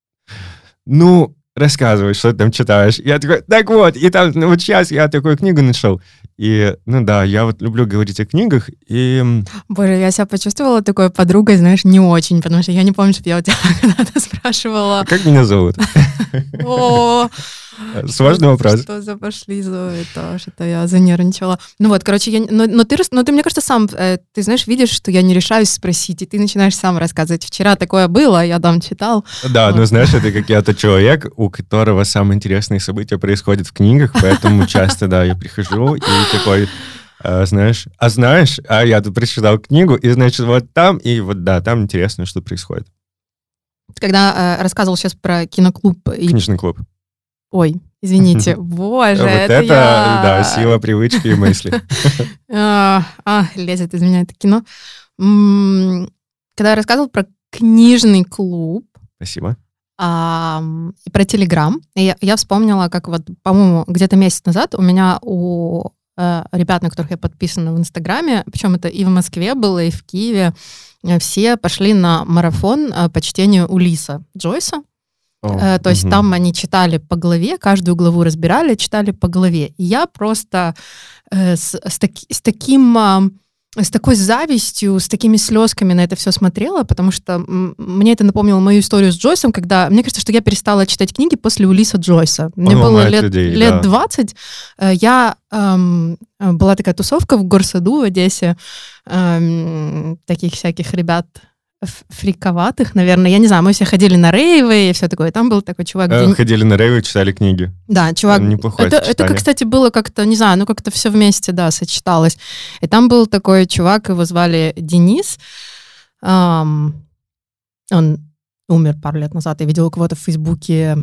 [SPEAKER 2] ну, рассказывай, что ты там читаешь. Я такой, так вот, и там, ну вот сейчас я такую книгу нашел. И, ну да, я вот люблю говорить о книгах, и...
[SPEAKER 1] Боже, я себя почувствовала такой подругой, знаешь, не очень, потому что я не помню, что я у тебя когда-то спрашивала.
[SPEAKER 2] Как меня зовут?
[SPEAKER 1] О,
[SPEAKER 2] сложный вопрос.
[SPEAKER 1] Что за пошли за это, что-то я занервничала. Ну вот, короче, но ты, мне кажется, сам, ты знаешь, видишь, что я не решаюсь спросить, и ты начинаешь сам рассказывать. Вчера такое было, я там читал.
[SPEAKER 2] Да, вот. Ну знаешь, это как я тот человек, у которого самые интересные события происходят в книгах, поэтому часто, да, я прихожу и такой... знаешь, я тут прочитал книгу, и, значит, вот там, и вот, да, там интересно, что происходит.
[SPEAKER 1] Когда рассказывал сейчас про киноклуб...
[SPEAKER 2] Книжный клуб.
[SPEAKER 1] Ой, извините, боже,
[SPEAKER 2] вот это я... да, сила привычки и мысли.
[SPEAKER 1] Лезет из меня это кино. Когда я рассказывал про книжный клуб...
[SPEAKER 2] Спасибо.
[SPEAKER 1] И про Телеграм, я вспомнила, как вот, по-моему, где-то месяц назад у меня у ребят, на которых я подписана в Инстаграме, причем это и в Москве было, и в Киеве, все пошли на марафон по чтению Улисса Джойса. То есть там они читали по главе, каждую главу разбирали, читали по главе. И я просто с такой завистью, с такими слезками на это все смотрела, потому что мне это напомнило мою историю с Джойсом, когда, мне кажется, что я перестала читать книги после Улисса Джойса. Мне было лет 20. Была такая тусовка в горсаду в Одессе, таких всяких ребят фриковатых, наверное. Я не знаю, мы все ходили на рейвы и все такое. И там был такой чувак...
[SPEAKER 2] Ходили на рейвы, читали книги.
[SPEAKER 1] Да, чувак...
[SPEAKER 2] Неплохое
[SPEAKER 1] это, кстати, было как-то, не знаю, как-то все вместе, да, сочеталось. И там был такой чувак, его звали Денис. Он умер пару лет назад. Я видела у кого-то в Фейсбуке...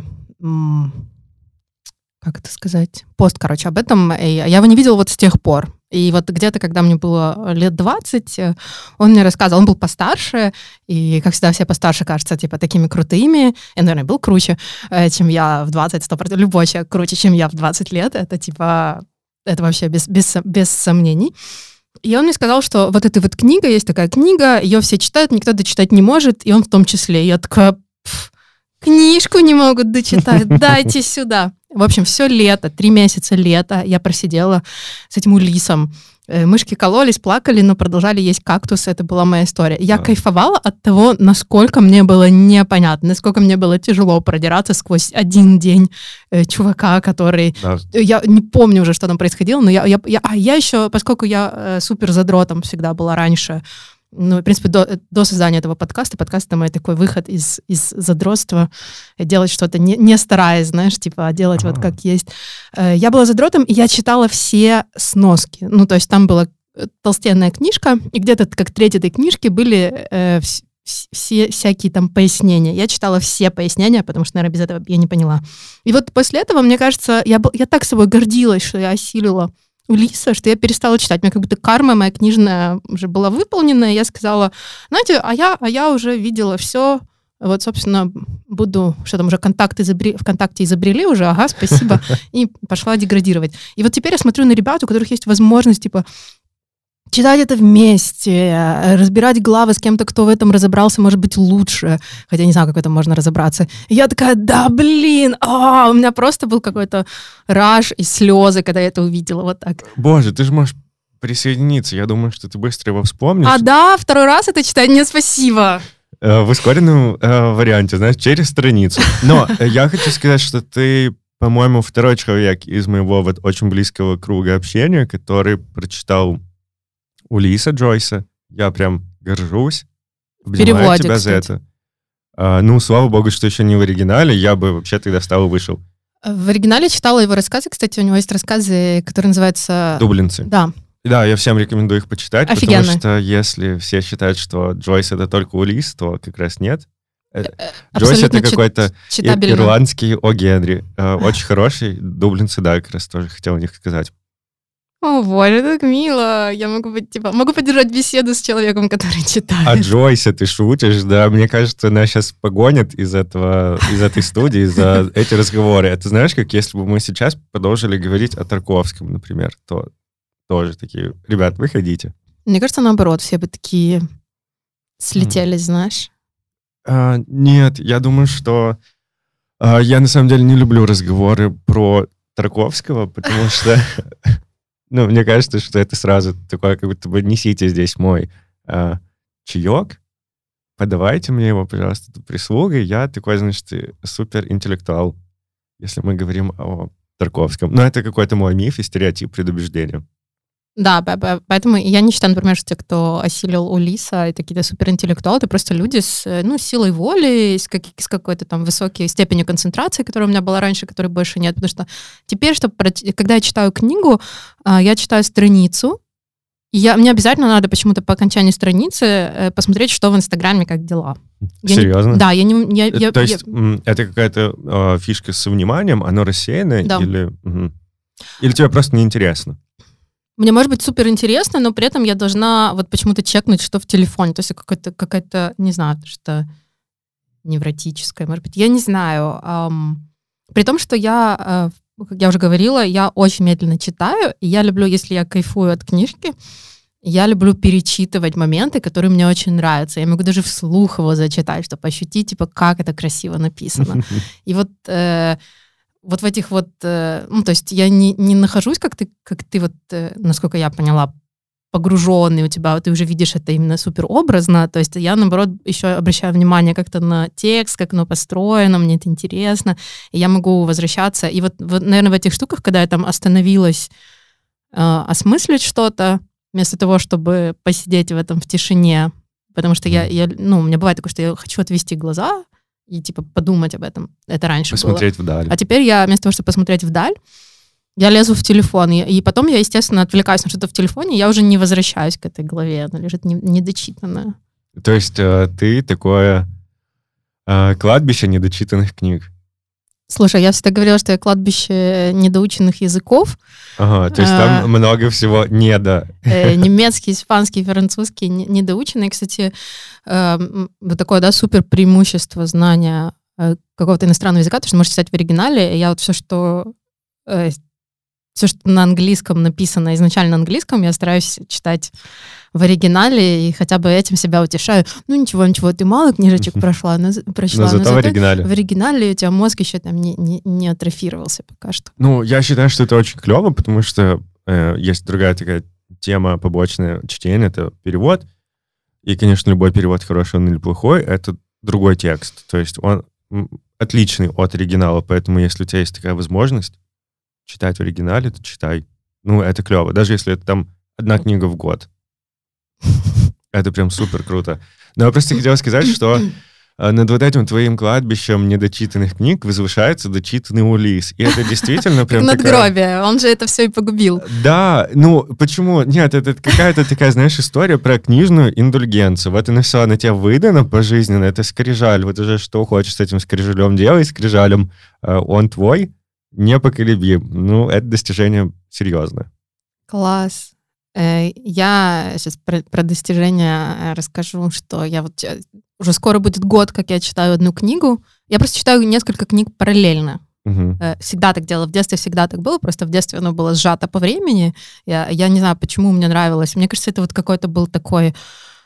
[SPEAKER 1] Как это сказать? Пост, короче, об этом. И я его не видела вот с тех пор. И вот где-то, когда мне было лет 20, он мне рассказывал, он был постарше, и, как всегда, все постарше кажутся, типа, такими крутыми. Я, наверное, был круче, чем я в 20, 100%. Любой человек круче, чем я в 20 лет. Это, типа, это вообще без сомнений. И он мне сказал, что вот эта вот книга, есть такая книга, ее все читают, никто дочитать не может, и он в том числе. И я такая, книжку не могут дочитать, дайте сюда. В общем, все лето, 3 месяца лета я просидела с этим Улиссом. Мышки кололись, плакали, но продолжали есть кактусы. Это была моя история. Я кайфовала от того, насколько мне было непонятно, насколько мне было тяжело продираться сквозь один день чувака, который... Да. Я не помню уже, что там происходило, но я еще, поскольку я супер задротом всегда была раньше, ну, в принципе, до создания этого подкаста. Подкаст — это мой такой выход из задротства, делать что-то, не стараясь, знаешь, типа, а делать вот как есть. Я была задротом, и я читала все сноски. Ну, то есть там была толстенная книжка, и где-то как треть этой книжки были все всякие там пояснения. Я читала все пояснения, потому что, наверное, без этого я не поняла. И вот после этого, мне кажется, я так собой гордилась, что я осилила Улисса, что я перестала читать. У меня как будто карма моя книжная уже была выполнена, и я сказала, знаете, а я уже видела все, вот, собственно, буду, что там уже ВКонтакте изобрели уже, ага, спасибо, и пошла деградировать. И вот теперь я смотрю на ребят, у которых есть возможность, типа, читать это вместе, разбирать главы с кем-то, кто в этом разобрался, может быть, лучше. Хотя не знаю, как в этом можно разобраться. И я такая, да, блин, у меня просто был какой-то раж и слезы, когда я это увидела, вот так.
[SPEAKER 2] Боже, ты же можешь присоединиться. Я думаю, что ты быстро его вспомнишь.
[SPEAKER 1] Да, второй раз это читать, нет, спасибо.
[SPEAKER 2] В ускоренном варианте, знаешь, через страницу. Но я хочу сказать, что ты, по-моему, второй человек из моего вот очень близкого круга общения, который прочитал Улисса Джойса. Я прям горжусь. Обнимаю тебя, кстати, за это. Ну, слава богу, что еще не в оригинале. Я бы вообще тогда встал и вышел.
[SPEAKER 1] В оригинале читала его рассказы. Кстати, у него есть рассказы, которые называются...
[SPEAKER 2] «Дублинцы».
[SPEAKER 1] Да.
[SPEAKER 2] Да, я всем рекомендую их почитать.
[SPEAKER 1] Офигенно.
[SPEAKER 2] Потому что если все считают, что Джойс — это только Улисс, то как раз нет. Джойс — это какой-то ирландский О. Генри. Очень хороший. «Дублинцы», да, как раз тоже хотел о них сказать.
[SPEAKER 1] О, боже, так мило. Я могу быть, типа, могу поддержать беседу с человеком, который читает.
[SPEAKER 2] А Джойсе ты шутишь, да? Мне кажется, нас сейчас погонят из этой студии за эти разговоры. Это знаешь, как если бы мы сейчас продолжили говорить о Тарковском, например, то тоже такие, ребят, выходите.
[SPEAKER 1] Мне кажется, наоборот, все бы такие слетелись, знаешь.
[SPEAKER 2] Нет, я думаю, что я на самом деле не люблю разговоры про Тарковского, потому что... Ну, мне кажется, что это сразу такое, как будто бы несите здесь мой чаек, подавайте мне его, пожалуйста, прислугой. Я такой, значит, суперинтеллектуал, если мы говорим о Тарковском. Но это какой-то мой миф и стереотип, предубеждение.
[SPEAKER 1] Да, поэтому я не считаю, например, что те, кто осилил Улисса, это какие-то суперинтеллектуалы, это просто люди с силой воли, с какой-то там высокой степенью концентрации, которая у меня была раньше, которой больше нет. Потому что теперь, когда я читаю книгу, я читаю страницу, и мне обязательно надо почему-то по окончании страницы посмотреть, что в Инстаграме, как дела.
[SPEAKER 2] Серьезно?
[SPEAKER 1] Да, я не...
[SPEAKER 2] То есть это какая-то фишка с вниманием, оно рассеянное?
[SPEAKER 1] Да.
[SPEAKER 2] Или тебе просто неинтересно?
[SPEAKER 1] Мне может быть супер интересно, но при этом я должна вот почему-то чекнуть, что в телефоне. То есть какая-то, не знаю, что невротическое, может быть. Я не знаю. При том, что я, как я уже говорила, я очень медленно читаю, и я люблю, если я кайфую от книжки, я люблю перечитывать моменты, которые мне очень нравятся. Я могу даже вслух его зачитать, чтобы ощутить, типа, как это красиво написано. И вот в этих вот, ну, то есть я не нахожусь, как ты вот, насколько я поняла, погруженный у тебя, ты уже видишь это именно суперобразно, то есть я, наоборот, еще обращаю внимание как-то на текст, как оно построено, мне это интересно, и я могу возвращаться. И вот наверное, в этих штуках, когда я там остановилась осмыслить что-то, вместо того, чтобы посидеть в этом в тишине, потому что ну, у меня бывает такое, что я хочу отвести глаза, и, типа, подумать об этом. Это раньше
[SPEAKER 2] посмотреть
[SPEAKER 1] было.
[SPEAKER 2] Вдаль.
[SPEAKER 1] А теперь я, вместо того, чтобы посмотреть вдаль, я лезу в телефон. И потом я, естественно, отвлекаюсь на что-то в телефоне, я уже не возвращаюсь к этой главе. Она лежит недочитанная.
[SPEAKER 2] То есть ты такое кладбище недочитанных книг?
[SPEAKER 1] Слушай, я всегда говорила, что я кладбище недоученных языков.
[SPEAKER 2] Ага, то есть там много всего
[SPEAKER 1] Немецкий, испанский, французский недоученный. Кстати, вот такое, да, супер преимущество знания какого-то иностранного языка, то, что можешь читать в оригинале. Я вот все, что на английском написано изначально на английском, я стараюсь читать в оригинале и хотя бы этим себя утешаю. Ну ничего, ты мало книжечек прочла, но зато
[SPEAKER 2] в оригинале.
[SPEAKER 1] В оригинале у тебя мозг еще там не атрофировался пока что.
[SPEAKER 2] Ну, я считаю, что это очень клево, потому что есть другая такая тема побочное чтение, это перевод. И, конечно, любой перевод, хороший он или плохой, это другой текст. То есть он отличный от оригинала, поэтому если у тебя есть такая возможность читать в оригинале, то читай. Ну, это клево. Даже если это там одна книга в год. Это прям супер круто. Но я просто хотел сказать, что над вот этим твоим кладбищем недочитанных книг возвышается дочитанный Улисс. И это действительно прям
[SPEAKER 1] надгробие, он же это все и погубил.
[SPEAKER 2] Да, ну почему? Нет, это какая-то такая, знаешь, история про книжную индульгенцию. Вот оно все на тебя выдано пожизненно, это скрижаль. Вот уже что хочешь с этим скрижалем делай, скрижалем он твой, непоколебим. Ну, это достижение серьезное.
[SPEAKER 1] Класс. Я сейчас про достижения расскажу, что я вот уже скоро будет год, как я читаю одну книгу. Я просто читаю несколько книг параллельно. Всегда так делала. В детстве всегда так было. Просто в детстве оно было сжато по времени. Я не знаю, почему мне нравилось. Мне кажется, это вот какой-то был такой...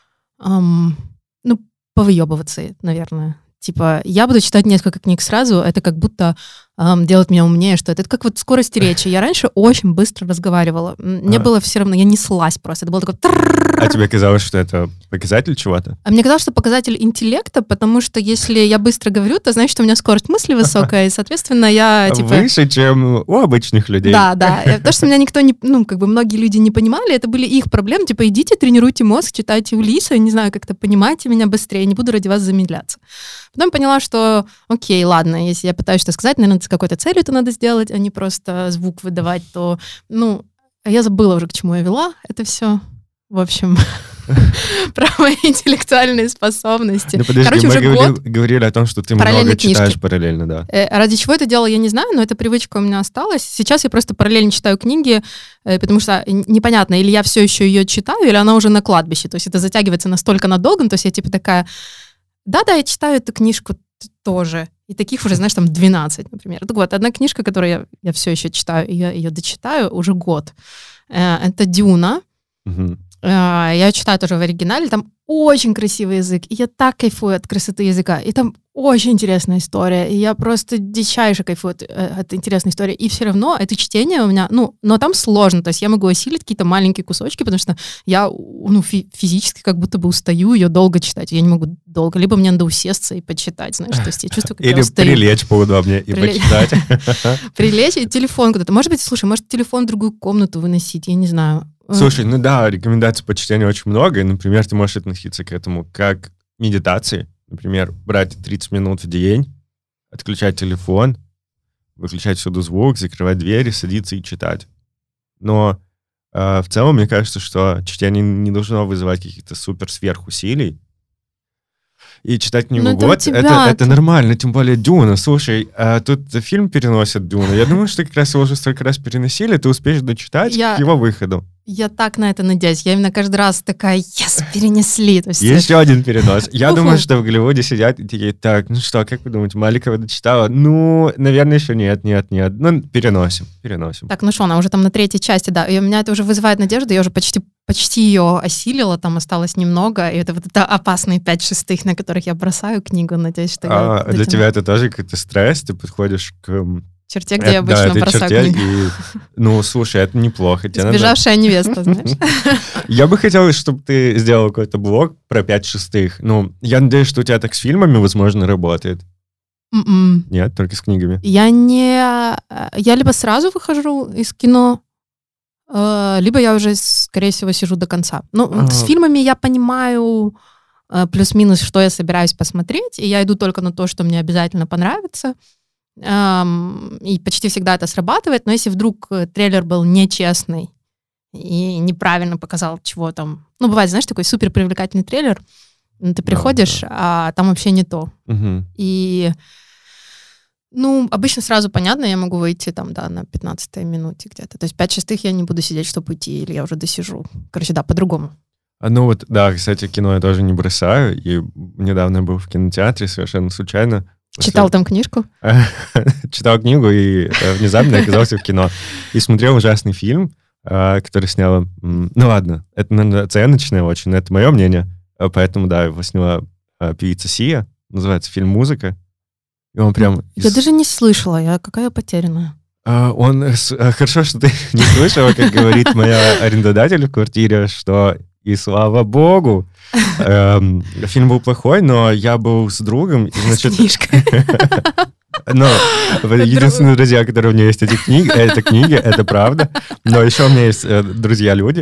[SPEAKER 1] повыебываться, наверное. Типа, я буду читать несколько книг сразу, это как будто делает меня умнее, что это как вот скорость речи. Я раньше очень быстро разговаривала. Мне было все равно, я неслась просто. Это было такое...
[SPEAKER 2] А тебе казалось, что это показатель чего-то?
[SPEAKER 1] А мне казалось, что показатель интеллекта, потому что если я быстро говорю, то значит, что у меня скорость мысли высокая, и, соответственно, я типа...
[SPEAKER 2] Выше, чем у обычных людей.
[SPEAKER 1] Да. То, что меня никто не... многие люди не понимали, это были их проблемы. Типа, идите, тренируйте мозг, читайте Улисса, не знаю, как-то понимайте меня быстрее, не буду ради вас замедляться. Потом поняла, что окей, ладно, если я пытаюсь что-то сказать, наверное, с какой-то целью это надо сделать, а не просто звук выдавать, то, я забыла уже, к чему я вела это все. В общем, про мои интеллектуальные способности.
[SPEAKER 2] Ну, подожди, мы говорили о том, что ты много читаешь параллельно, да.
[SPEAKER 1] Ради чего это делала, я не знаю, но эта привычка у меня осталась. Сейчас я просто параллельно читаю книги, потому что непонятно, или я все еще ее читаю, или она уже на кладбище. То есть это затягивается настолько надолго, то есть я типа такая, да, я читаю эту книжку тоже. И таких уже, знаешь, там 12, например. Так вот, одна книжка, которую я все еще читаю, и я ее дочитаю уже год. Это «Дюна». Я читаю тоже в оригинале, там очень красивый язык, и я так кайфую от красоты языка, и там очень интересная история, и я просто дичайше кайфую от интересной истории, и все равно это чтение у меня, но там сложно, то есть я могу осилить какие-то маленькие кусочки, потому что я, физически как будто бы устаю ее долго читать, я не могу долго, либо мне надо усесться и почитать, знаешь, то есть я чувствую, как я устаю.
[SPEAKER 2] Или прилечь поудобнее и почитать.
[SPEAKER 1] Прилечь, и телефон куда-то, может быть, слушай, может телефон в другую комнату выносить, я не знаю.
[SPEAKER 2] Слушай, рекомендаций по чтению очень много, и, например, ты можешь относиться к этому как медитации, например, брать 30 минут в день, отключать телефон, выключать всюду звук, закрывать двери, садиться и читать. Но в целом, мне кажется, что чтение не должно вызывать каких-то сверхусилий. И читать книгу это нормально, тем более «Дюна». Слушай, тут фильм переносят «Дюну». Я думаю, что как раз его уже столько раз переносили, ты успеешь дочитать к его выходу.
[SPEAKER 1] Я так на это надеюсь. Я именно каждый раз такая, перенесли. То есть...
[SPEAKER 2] Еще один перенос. Я думаю, что в Голливуде сидят и такие, так, как вы думаете, Маликова дочитала? Наверное, еще нет. Переносим.
[SPEAKER 1] Так, она уже там на 3-й части, да. И у меня это уже вызывает надежду. Я уже почти ее осилила, там осталось немного. И это опасные 5/6, на которых я бросаю книгу, надеюсь, что я
[SPEAKER 2] для тебя это тоже какой-то стресс? Ты подходишь к...
[SPEAKER 1] черте, где я обычно бросаю книгу.
[SPEAKER 2] Слушай, это неплохо.
[SPEAKER 1] Сбежавшая невеста, знаешь.
[SPEAKER 2] Я бы хотел, чтобы ты сделал какой-то блог про 5/6. Я надеюсь, что у тебя так с фильмами, возможно, работает. Нет, только с книгами.
[SPEAKER 1] Я либо сразу выхожу из кино, либо я уже, скорее всего, сижу до конца. С фильмами я понимаю плюс-минус, что я собираюсь посмотреть, и я иду только на то, что мне обязательно понравится. И почти всегда это срабатывает, но если вдруг трейлер был нечестный и неправильно показал, чего там... бывает, знаешь, такой супер привлекательный трейлер, ты приходишь, а там вообще не то. И, обычно сразу понятно, я могу выйти там, на 15-й минуте где-то. То есть 5/6 я не буду сидеть, чтобы уйти, или я уже досижу. Короче, по-другому.
[SPEAKER 2] Кстати, кино я тоже не бросаю, и недавно был в кинотеатре совершенно случайно.
[SPEAKER 1] Читал там книжку?
[SPEAKER 2] Читал книгу и внезапно оказался в кино. И смотрел ужасный фильм, который сняла... ладно, это, наверное, оценочное очень, но это мое мнение. Поэтому, его сняла певица Сия. Называется фильм «Музыка». И он прям...
[SPEAKER 1] Я даже не слышала, какая потерянная.
[SPEAKER 2] Хорошо, что ты не слышала, как говорит моя арендодатель в квартире, что... И слава богу. Фильм был плохой, но я был с другом. И, значит,
[SPEAKER 1] книжка.
[SPEAKER 2] Единственные друзья, которые у меня есть, это книги, это правда. Но еще у меня есть друзья-люди.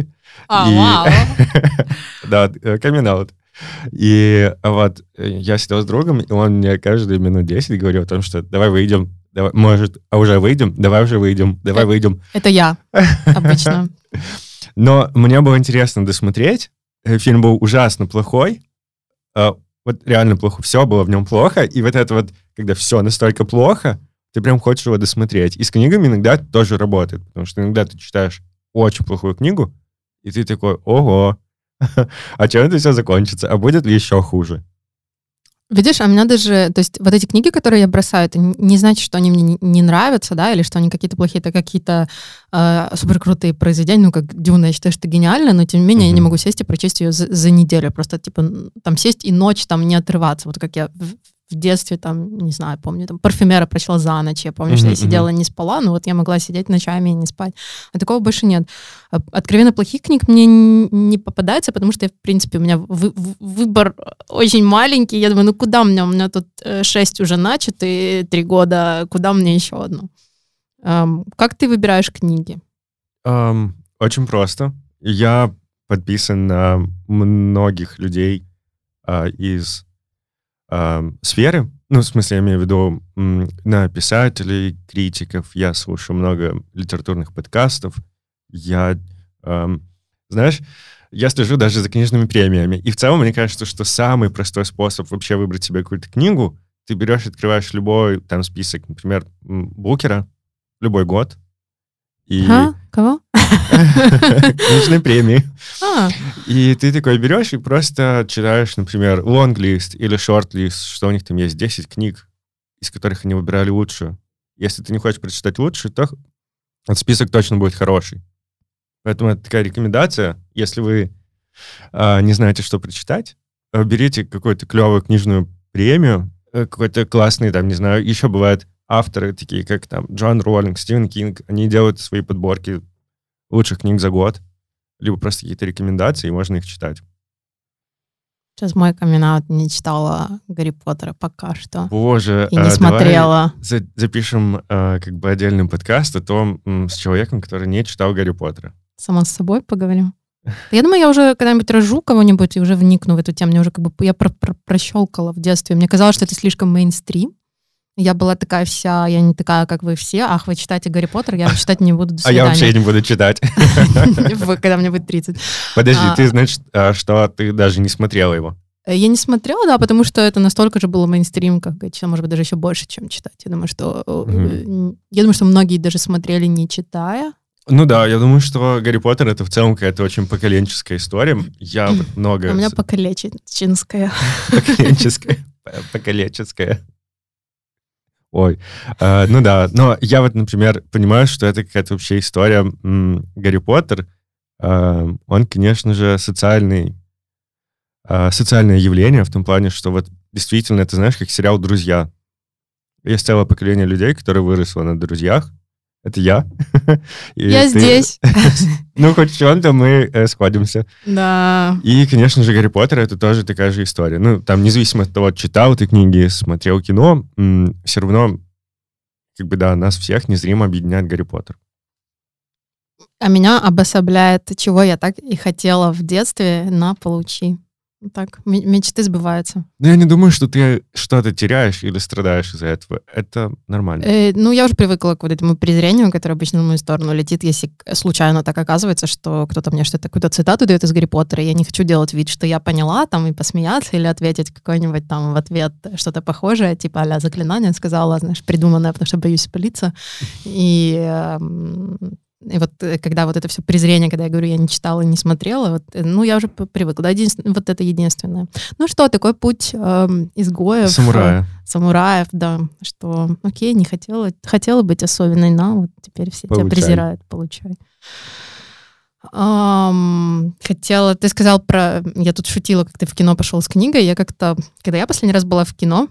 [SPEAKER 1] Вау.
[SPEAKER 2] Да, камин-аут. И вот я сидел с другом, и он мне каждые минут 10 говорил о том, что давай выйдем, давай, может, уже выйдем, давай уже выйдем, давай выйдем.
[SPEAKER 1] Это я обычно.
[SPEAKER 2] Но мне было интересно досмотреть. Фильм был ужасно плохой. Вот реально плохо. Все было в нем плохо. И вот это вот, когда все настолько плохо, ты прям хочешь его досмотреть. И с книгами иногда это тоже работает. Потому что иногда ты читаешь очень плохую книгу, и ты такой, ого, а чем это все закончится? А будет ли еще хуже?
[SPEAKER 1] Видишь, а меня даже, то есть вот эти книги, которые я бросаю, это не значит, что они мне не нравятся, да, или что они какие-то плохие, это какие-то суперкрутые произведения, ну, как «Дюна», я считаю, что это гениально, но тем не менее я не могу сесть и прочесть ее за неделю, просто, типа, там сесть и ночь там не отрываться, вот как я в детстве, там, не знаю, помню, там, «Парфюмера» прочла за ночь, я помню, что я сидела не спала, но вот я могла сидеть ночами и не спать, а такого больше нет. Откровенно плохих книг мне не попадается, потому что, в принципе, у меня выбор очень маленький, я думаю, ну куда мне? У меня тут 6 уже начаты, 3 года, куда мне еще одну? Как ты выбираешь книги?
[SPEAKER 2] Очень просто. Я подписан на многих людей из сферы. Ну, в смысле, я имею в виду на писателей, критиков. Я слушаю много литературных подкастов. Я, знаешь, я слежу даже за книжными премиями. И в целом, мне кажется, что самый простой способ вообще выбрать себе какую-то книгу, ты берешь, открываешь любой там список, например, Букера, любой год. И...
[SPEAKER 1] Кого?
[SPEAKER 2] Книжные премии. И ты такой берешь и просто читаешь, например, лонглист или шортлист, что у них там есть 10 книг, из которых они выбирали лучшую. Если ты не хочешь прочитать лучшую, то этот список точно будет хороший. Поэтому это такая рекомендация. Если вы не знаете, что прочитать, берите какую-то клевую книжную премию, какой-то классный, там, не знаю, еще бывают авторы, такие как там Джон Роулинг, Стивен Кинг, они делают свои подборки лучших книг за год, либо просто какие-то рекомендации, и можно их читать.
[SPEAKER 1] Сейчас мой камин-аут, не читала Гарри Поттера пока что.
[SPEAKER 2] Боже,
[SPEAKER 1] и не смотрела.
[SPEAKER 2] Запишем как бы отдельный подкаст о том, с человеком, который не читал Гарри Поттера.
[SPEAKER 1] Сама с собой поговорим. Я думаю, я уже когда-нибудь рожу кого-нибудь и уже вникну в эту тему. Мне уже как бы я прощелкала в детстве. Мне казалось, что это слишком мейнстрим. Я была такая вся, я не такая, как вы все. Ах, вы читаете Гарри Поттер, я читать не буду, до свидания.
[SPEAKER 2] А я вообще не буду читать.
[SPEAKER 1] Когда мне будет 30.
[SPEAKER 2] Подожди, ты, значит, что ты даже не смотрела его?
[SPEAKER 1] Я не смотрела, да, потому что это настолько же было мейнстрим, как говорить, может быть, даже еще больше, чем читать. Я думаю, что многие даже смотрели, не читая.
[SPEAKER 2] Ну да, я думаю, что Гарри Поттер — это в целом какая-то очень поколенческая история. Я вот много...
[SPEAKER 1] У меня поколенческая.
[SPEAKER 2] Поколенческая. Ой, ну да, но я вот, например, понимаю, что это какая-то вообще история. Гарри Поттер, он, конечно же, социальное явление в том плане, что вот действительно, это, знаешь, как сериал «Друзья». Есть целое поколение людей, которое выросло на «Друзьях». Это я.
[SPEAKER 1] Я здесь.
[SPEAKER 2] Ну, хоть в чем-то мы сходимся.
[SPEAKER 1] Да.
[SPEAKER 2] И, конечно же, Гарри Поттер — это тоже такая же история. Ну, там, независимо от того, читал ты книги, смотрел кино, все равно, как бы, да, нас всех незримо объединяет Гарри Поттер.
[SPEAKER 1] А меня обособляет, чего я так и хотела в детстве, на получи. Так, мечты сбываются.
[SPEAKER 2] Ну, я не думаю, что ты что-то теряешь или страдаешь из-за этого. Это нормально.
[SPEAKER 1] Ну, я уже привыкла к вот этому презрению, которое обычно на мою сторону летит, если случайно так оказывается, что кто-то мне что-то, какую-то цитату дает из Гарри Поттера, и я не хочу делать вид, что я поняла, там, и посмеяться, или ответить какой-нибудь там в ответ что-то похожее, типа а-ля заклинание сказала, знаешь, придуманное, потому что боюсь спалиться. И вот когда вот это все презрение, когда я говорю, я не читала, не смотрела, вот, ну, я уже привыкла. Да, вот это единственное. Ну что, такой путь изгоев. Самураев, да. Что, окей, не хотела быть особенной, но вот теперь все тебя презирают, получай. Хотела, ты сказал про... Я тут шутила, как ты в кино пошел с книгой. Я как-то... Когда я последний раз была в кино,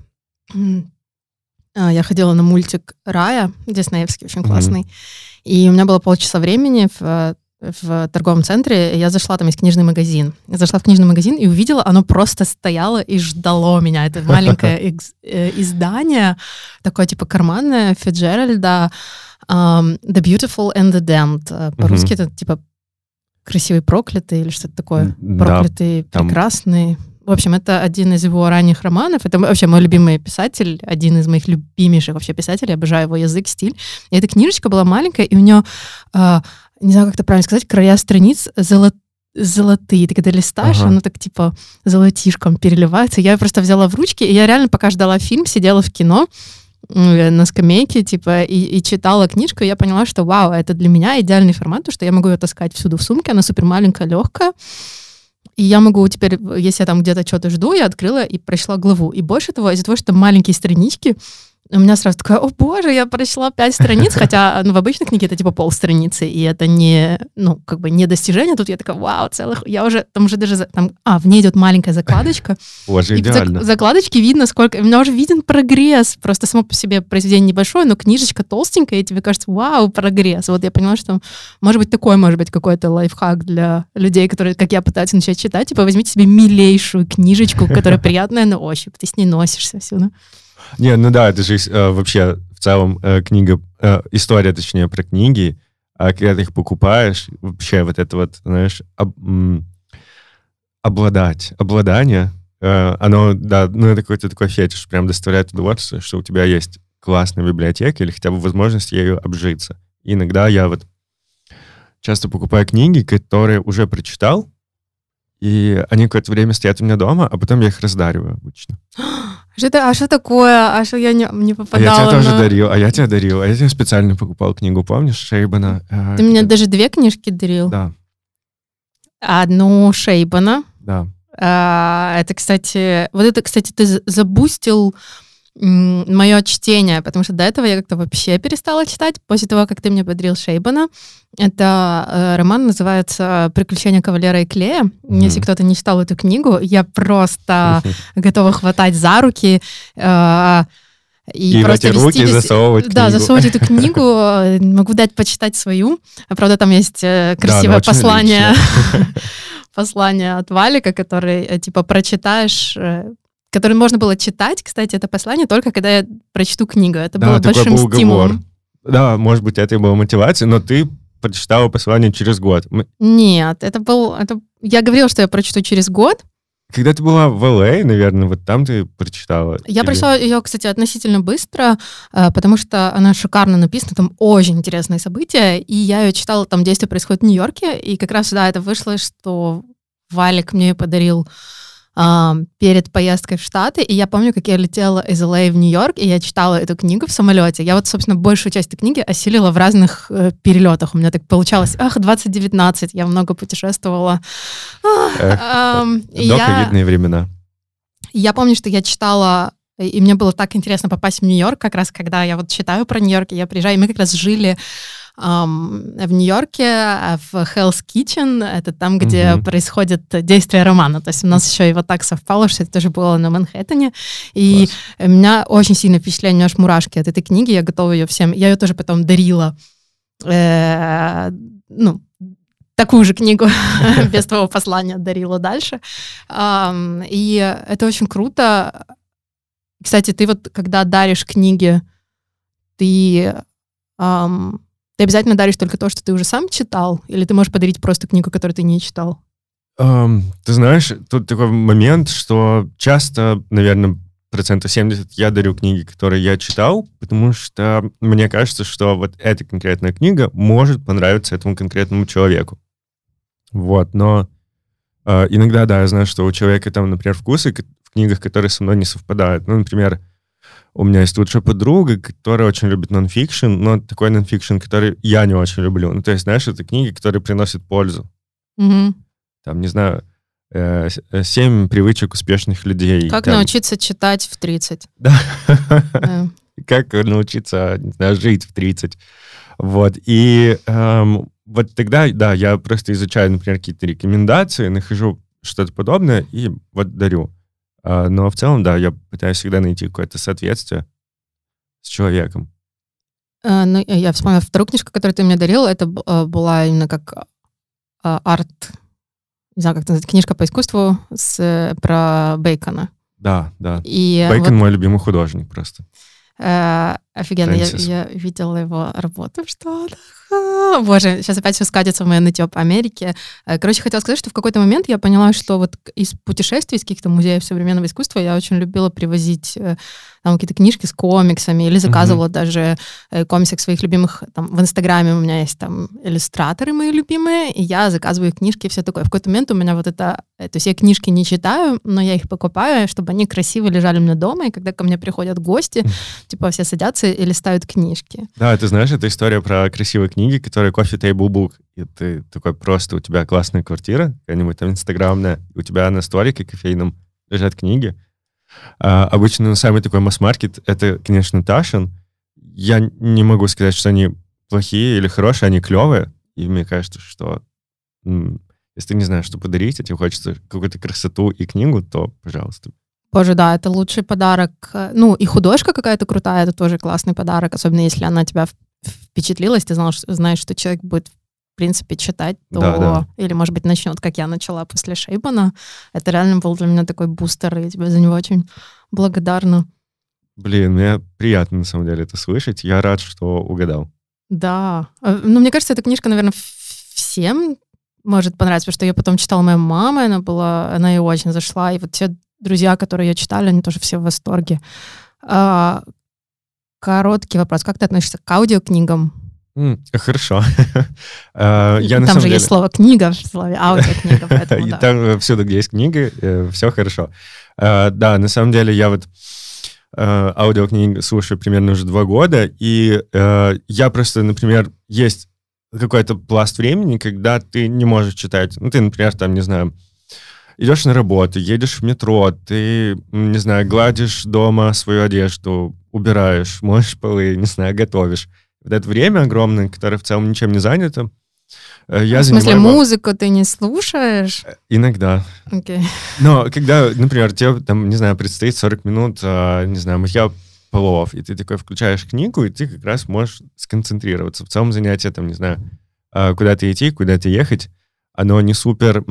[SPEAKER 1] я ходила на мультик «Рая», диснеевский, очень классный. И у меня было полчаса времени в торговом центре, и я зашла, там есть книжный магазин. Я зашла в книжный магазин и увидела, оно просто стояло и ждало меня. Это маленькое издание, такое типа карманное, Фицджеральда, The Beautiful and the Damned. По-русски это типа «Красивый проклятый» или что-то такое.
[SPEAKER 2] Да,
[SPEAKER 1] «Проклятый прекрасный». В общем, это один из его ранних романов. Это вообще мой любимый писатель, один из моих любимейших вообще писателей. Обожаю его язык, стиль. И эта книжечка была маленькая, и у нее, не знаю, как это правильно сказать, края страниц золотые. Ты когда листаешь, оно так типа золотишком переливается. Я просто взяла в ручки, и я реально, пока ждала фильм, сидела в кино на скамейке, типа, и читала книжку, и я поняла, что вау, это для меня идеальный формат, потому что я могу ее таскать всюду в сумке, она супер маленькая, легкая. И я могу теперь, если я там где-то что-то жду, я открыла и прочла главу. И больше того, из-за того, что там маленькие странички, у меня сразу такое: о боже, я прочла 5 страниц, хотя в обычной книге это типа полстраницы, и это не, как бы не достижение. Тут я такая: вау, я уже, там уже даже, в ней идет маленькая закладочка.
[SPEAKER 2] Боже, идеально.
[SPEAKER 1] В закладочке видно, сколько, у меня уже виден прогресс. Просто само по себе произведение небольшое, но книжечка толстенькая, и тебе кажется: вау, прогресс. Вот я поняла, что может быть какой-то лайфхак для людей, которые, как я, пытаются начать читать. Типа возьмите себе милейшую книжечку, которая приятная на ощупь, ты с ней носишься всюду.
[SPEAKER 2] Не, это же вообще в целом книга, история, точнее, про книги, а когда ты их покупаешь, вообще вот это вот, знаешь, обладание, оно, это какой-то такой фетиш, прям доставляет удовольствие, что у тебя есть классная библиотека или хотя бы возможность ею обжиться. И иногда я вот часто покупаю книги, которые уже прочитал, и они какое-то время стоят у меня дома, а потом я их раздариваю обычно.
[SPEAKER 1] Что такое? А что я не попадала?
[SPEAKER 2] Я тебе дарил. А я тебе специально покупал книгу, помнишь, Шейбана?
[SPEAKER 1] Ты мне даже 2 книжки дарил?
[SPEAKER 2] Да.
[SPEAKER 1] Одну Шейбана.
[SPEAKER 2] Да.
[SPEAKER 1] Это, кстати, ты забустил мое чтение, потому что до этого я как-то вообще перестала читать. После того, как ты мне подарил Шейбана, это роман называется «Приключения кавалера и клея». Если кто-то не читал эту книгу, я просто готова хватать за руки и просто
[SPEAKER 2] в эти руки засовывать книгу.
[SPEAKER 1] Да, засовывать эту книгу. Могу дать почитать свою. Правда, там есть красивое послание от Валика, который, типа, прочитаешь... который можно было читать, кстати, это послание только когда я прочту книгу. Это было большим стимулом.
[SPEAKER 2] Да, может быть, это и была мотивация, но ты прочитала послание через год.
[SPEAKER 1] Нет, я говорила, что я прочту через год.
[SPEAKER 2] Когда ты была в Л.А., наверное, вот там ты прочитала.
[SPEAKER 1] Я прочитала ее, кстати, относительно быстро, потому что она шикарно написана, там очень интересные события, и я ее читала, там действие происходит в Нью-Йорке, и как раз, это вышло, что Валик мне ее подарил перед поездкой в Штаты, и я помню, как я летела из Л.А. в Нью-Йорк, и я читала эту книгу в самолете. Я вот, собственно, большую часть этой книги осилила в разных перелетах. У меня так получалось. 2019, я много путешествовала.
[SPEAKER 2] Доковидные времена.
[SPEAKER 1] Я помню, что я читала, и мне было так интересно попасть в Нью-Йорк, как раз когда я вот читаю про Нью-Йорк, и я приезжаю, и мы как раз жили в Нью-Йорке, в Hell's Kitchen, это там, где происходит действие романа. То есть у нас еще и вот так совпало, что это тоже было на Манхэттене. И меня очень сильно впечатляли, у меня аж мурашки от этой книги, я готова ее всем... Я ее тоже потом дарила, такую же книгу без твоего послания дарила дальше. И это очень круто. Кстати, ты вот, когда даришь книги, ты обязательно даришь только то, что ты уже сам читал? Или ты можешь подарить просто книгу, которую ты не читал?
[SPEAKER 2] Ты знаешь, тут такой момент, что часто, наверное, 70% я дарю книги, которые я читал, потому что мне кажется, что вот эта конкретная книга может понравиться этому конкретному человеку. Вот, но иногда, да, я знаю, что у человека там, например, вкусы в книгах, которые со мной не совпадают. Ну, например, у меня есть лучшая подруга, которая очень любит нонфикшн, но такой нонфикшн, который я не очень люблю. Ну, то есть, знаешь, это книги, которые приносят пользу. Там, не знаю, 7 привычек успешных людей.
[SPEAKER 1] Как научиться читать в 30.
[SPEAKER 2] Да. Как научиться, не знаю, жить в 30. Вот. И вот тогда, да, я просто изучаю, например, какие-то рекомендации, нахожу что-то подобное и вот дарю. Но в целом, да, я пытаюсь всегда найти какое-то соответствие с человеком.
[SPEAKER 1] Ну, я вспомнила вторую книжку, которую ты мне дарил, это была именно как арт, не знаю, как это называется, книжка по искусству про Бейкона.
[SPEAKER 2] Да.
[SPEAKER 1] И
[SPEAKER 2] Бейкон мой любимый художник просто.
[SPEAKER 1] Офигенно, я видела его работу в Штатах. Боже, сейчас опять все скатится в мое нытье по Америке. Короче, хотела сказать, что в какой-то момент я поняла, что вот из путешествий, из каких-то музеев современного искусства я очень любила привозить там какие-то книжки с комиксами или заказывала даже комиксы своих любимых. Там, в Инстаграме у меня есть там иллюстраторы мои любимые, и я заказываю книжки и все такое. В какой-то момент у меня вот это... То есть я книжки не читаю, но я их покупаю, чтобы они красиво лежали у меня дома, и когда ко мне приходят гости, типа все садятся и листают книжки.
[SPEAKER 2] Да, ты знаешь, это история про красивые книги, которые Coffee Table Book. И ты такой просто, у тебя классная квартира, какая-нибудь там инстаграмная, и у тебя на столике кофейном лежат книги. Обычно самый такой масс-маркет — это, конечно, Taschen. Я не могу сказать, что они плохие или хорошие, они клевые. И мне кажется, что если ты не знаешь, что подарить, а тебе хочется какую-то красоту и книгу, то, пожалуйста.
[SPEAKER 1] Боже, да, это лучший подарок. Ну, и художка какая-то крутая, это тоже классный подарок, особенно если она тебя впечатлилась, ты знаешь, что человек будет, в принципе, читать, то...
[SPEAKER 2] Да.
[SPEAKER 1] Или, может быть, начнет, как я начала после Шейбана. Это реально был для меня такой бустер, и я тебе за него очень благодарна.
[SPEAKER 2] Блин, мне приятно, на самом деле, это слышать. Я рад, что угадал.
[SPEAKER 1] Да. Ну, мне кажется, эта книжка, наверное, всем может понравиться, потому что ее потом читала моя мама, она ей очень зашла, и вот те друзья, которые ее читали, они тоже все в восторге. Короткий вопрос. Как ты относишься к аудиокнигам?
[SPEAKER 2] Хорошо.
[SPEAKER 1] Там же есть слово «книга» в слове «аудиокнига», поэтому да.
[SPEAKER 2] Там всюду, где есть книга, все хорошо. Да, на самом деле я вот аудиокниги слушаю примерно уже 2 года, и я просто, например, есть какой-то пласт времени, когда ты не можешь читать. Ну, ты, например, там, не знаю, идешь на работу, едешь в метро, ты, не знаю, гладишь дома свою одежду, убираешь, моешь полы, не знаю, готовишь. Вот это время огромное, которое в целом ничем не занято, я
[SPEAKER 1] в смысле, музыку ты не слушаешь?
[SPEAKER 2] Иногда.
[SPEAKER 1] Okay.
[SPEAKER 2] Но когда, например, тебе, там, не знаю, предстоит 40 минут, не знаю, мытья полов, и ты такой включаешь книгу, и ты как раз можешь сконцентрироваться. В целом занятие, там, не знаю, куда-то идти, куда-то ехать, оно не супер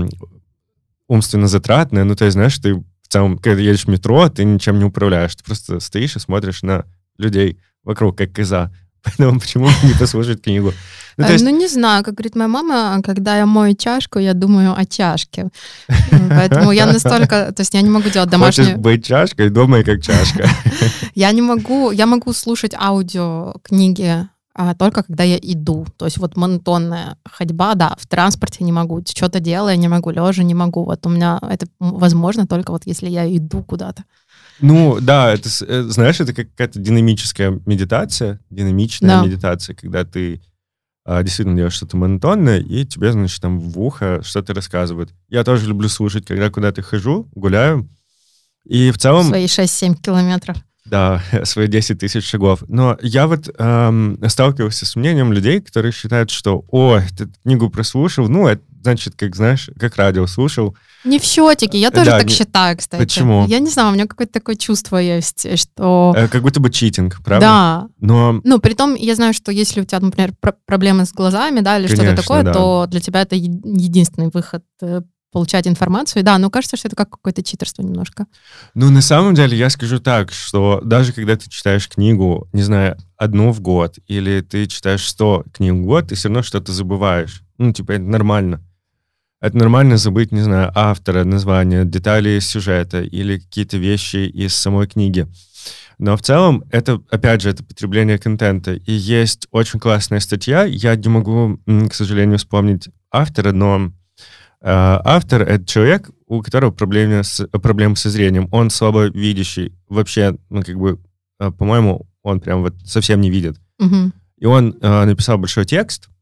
[SPEAKER 2] умственно затратное, ну, то есть, знаешь, ты в целом, когда едешь в метро, ты ничем не управляешь, ты просто стоишь и смотришь на людей вокруг, как коза. Поэтому почему не послушать книгу?
[SPEAKER 1] Ну, не знаю, как говорит моя мама, когда я мою чашку, я думаю о чашке. Поэтому я настолько... То есть я не могу делать домашнюю...
[SPEAKER 2] Хочешь быть чашкой, думай как чашка.
[SPEAKER 1] Я могу слушать аудиокниги только когда я иду. То есть вот монотонная ходьба, да, в транспорте не могу, что-то делая не могу, лежа не могу. Вот у меня это возможно только вот если я иду куда-то.
[SPEAKER 2] Ну, да, это, знаешь, это какая-то динамическая медитация, медитация, когда ты действительно делаешь что-то монотонное, и тебе, значит, там в ухо что-то рассказывают. Я тоже люблю слушать, когда куда-то хожу, гуляю, и в целом...
[SPEAKER 1] Свои 6-7 километров.
[SPEAKER 2] Да, свои 10 тысяч шагов. Но я вот сталкивался с мнением людей, которые считают, что, эту книгу прослушал, ну, это значит, как, знаешь, как радио слушал.
[SPEAKER 1] Не в счетике, я тоже так считаю, кстати.
[SPEAKER 2] Почему?
[SPEAKER 1] Я не знаю, у меня какое-то такое чувство есть, что...
[SPEAKER 2] Как будто бы читинг, правда?
[SPEAKER 1] Да.
[SPEAKER 2] Но...
[SPEAKER 1] Ну, при том, я знаю, что если у тебя, например, проблемы с глазами, да, или что-то такое, да, то для тебя это единственный выход получать информацию. Да, но кажется, что это как какое-то читерство немножко.
[SPEAKER 2] Ну, на самом деле, я скажу так, что даже когда ты читаешь книгу, не знаю, 1 в год, или ты читаешь 100 книг в год, ты все равно что-то забываешь. Ну, типа, это нормально. Это нормально забыть, не знаю, автора, название, детали сюжета или какие-то вещи из самой книги. Но в целом, это, опять же, это потребление контента. И есть очень классная статья, я не могу, к сожалению, вспомнить автора, но автор — это человек, у которого проблемы со зрением. Он слабовидящий. Вообще, ну, как бы, по-моему, он прям вот совсем не видит.
[SPEAKER 1] Угу.
[SPEAKER 2] И он написал большой текст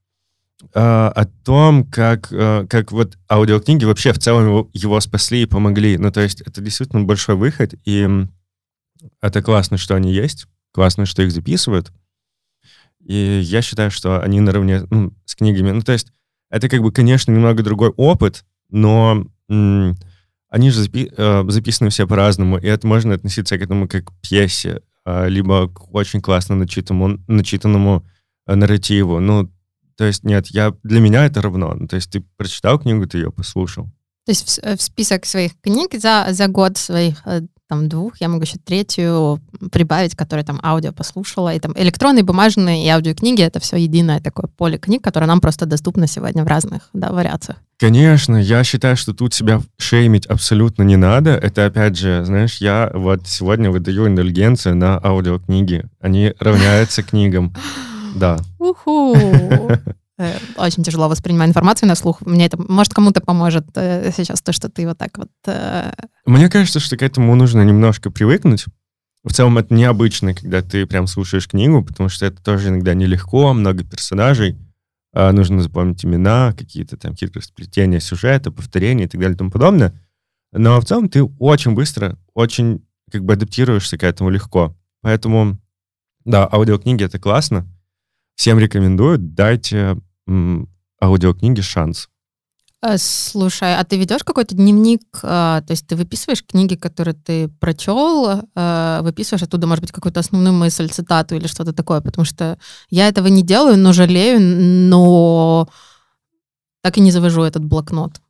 [SPEAKER 2] о том, как вот аудиокниги вообще в целом его спасли и помогли. Ну, то есть это действительно большой выход, и это классно, что они есть, классно, что их записывают. И я считаю, что они наравне с книгами. Ну, то есть это, как бы, конечно, немного другой опыт, но они же записаны все по-разному, и это можно относиться к этому как к пьесе, либо к очень классно начитанному нарративу. Ну, то есть нет, для меня это равно. Ну, то есть ты прочитал книгу, ты ее послушал.
[SPEAKER 1] То есть в список своих книг за год своих там 2, я могу еще 3 прибавить, которая там аудио послушала. И там электронные, бумажные и аудиокниги — это все единое такое поле книг, которое нам просто доступно сегодня в разных, да, вариациях.
[SPEAKER 2] Конечно, я считаю, что тут себя шеймить абсолютно не надо. Это, опять же, знаешь, я вот сегодня выдаю индульгенцию на аудиокниги. Они равняются книгам. Да.
[SPEAKER 1] Уху! Очень тяжело воспринимать информацию на слух. Мне это, может, кому-то поможет сейчас то, что ты вот так вот...
[SPEAKER 2] Мне кажется, что к этому нужно немножко привыкнуть. В целом это необычно, когда ты прям слушаешь книгу, потому что это тоже иногда нелегко, много персонажей, нужно запомнить имена, какие-то там хитросплетения сюжета, повторения и так далее и тому подобное. Но в целом ты очень быстро, очень как бы адаптируешься к этому легко. Поэтому, да, аудиокниги — это классно. Всем рекомендую, дайте аудиокниге шанс.
[SPEAKER 1] Слушай, а ты ведешь какой-то дневник, то есть ты выписываешь книги, которые ты прочел, выписываешь оттуда, может быть, какую-то основную мысль, цитату или что-то такое, потому что я этого не делаю, но жалею, но так и не завожу этот блокнот.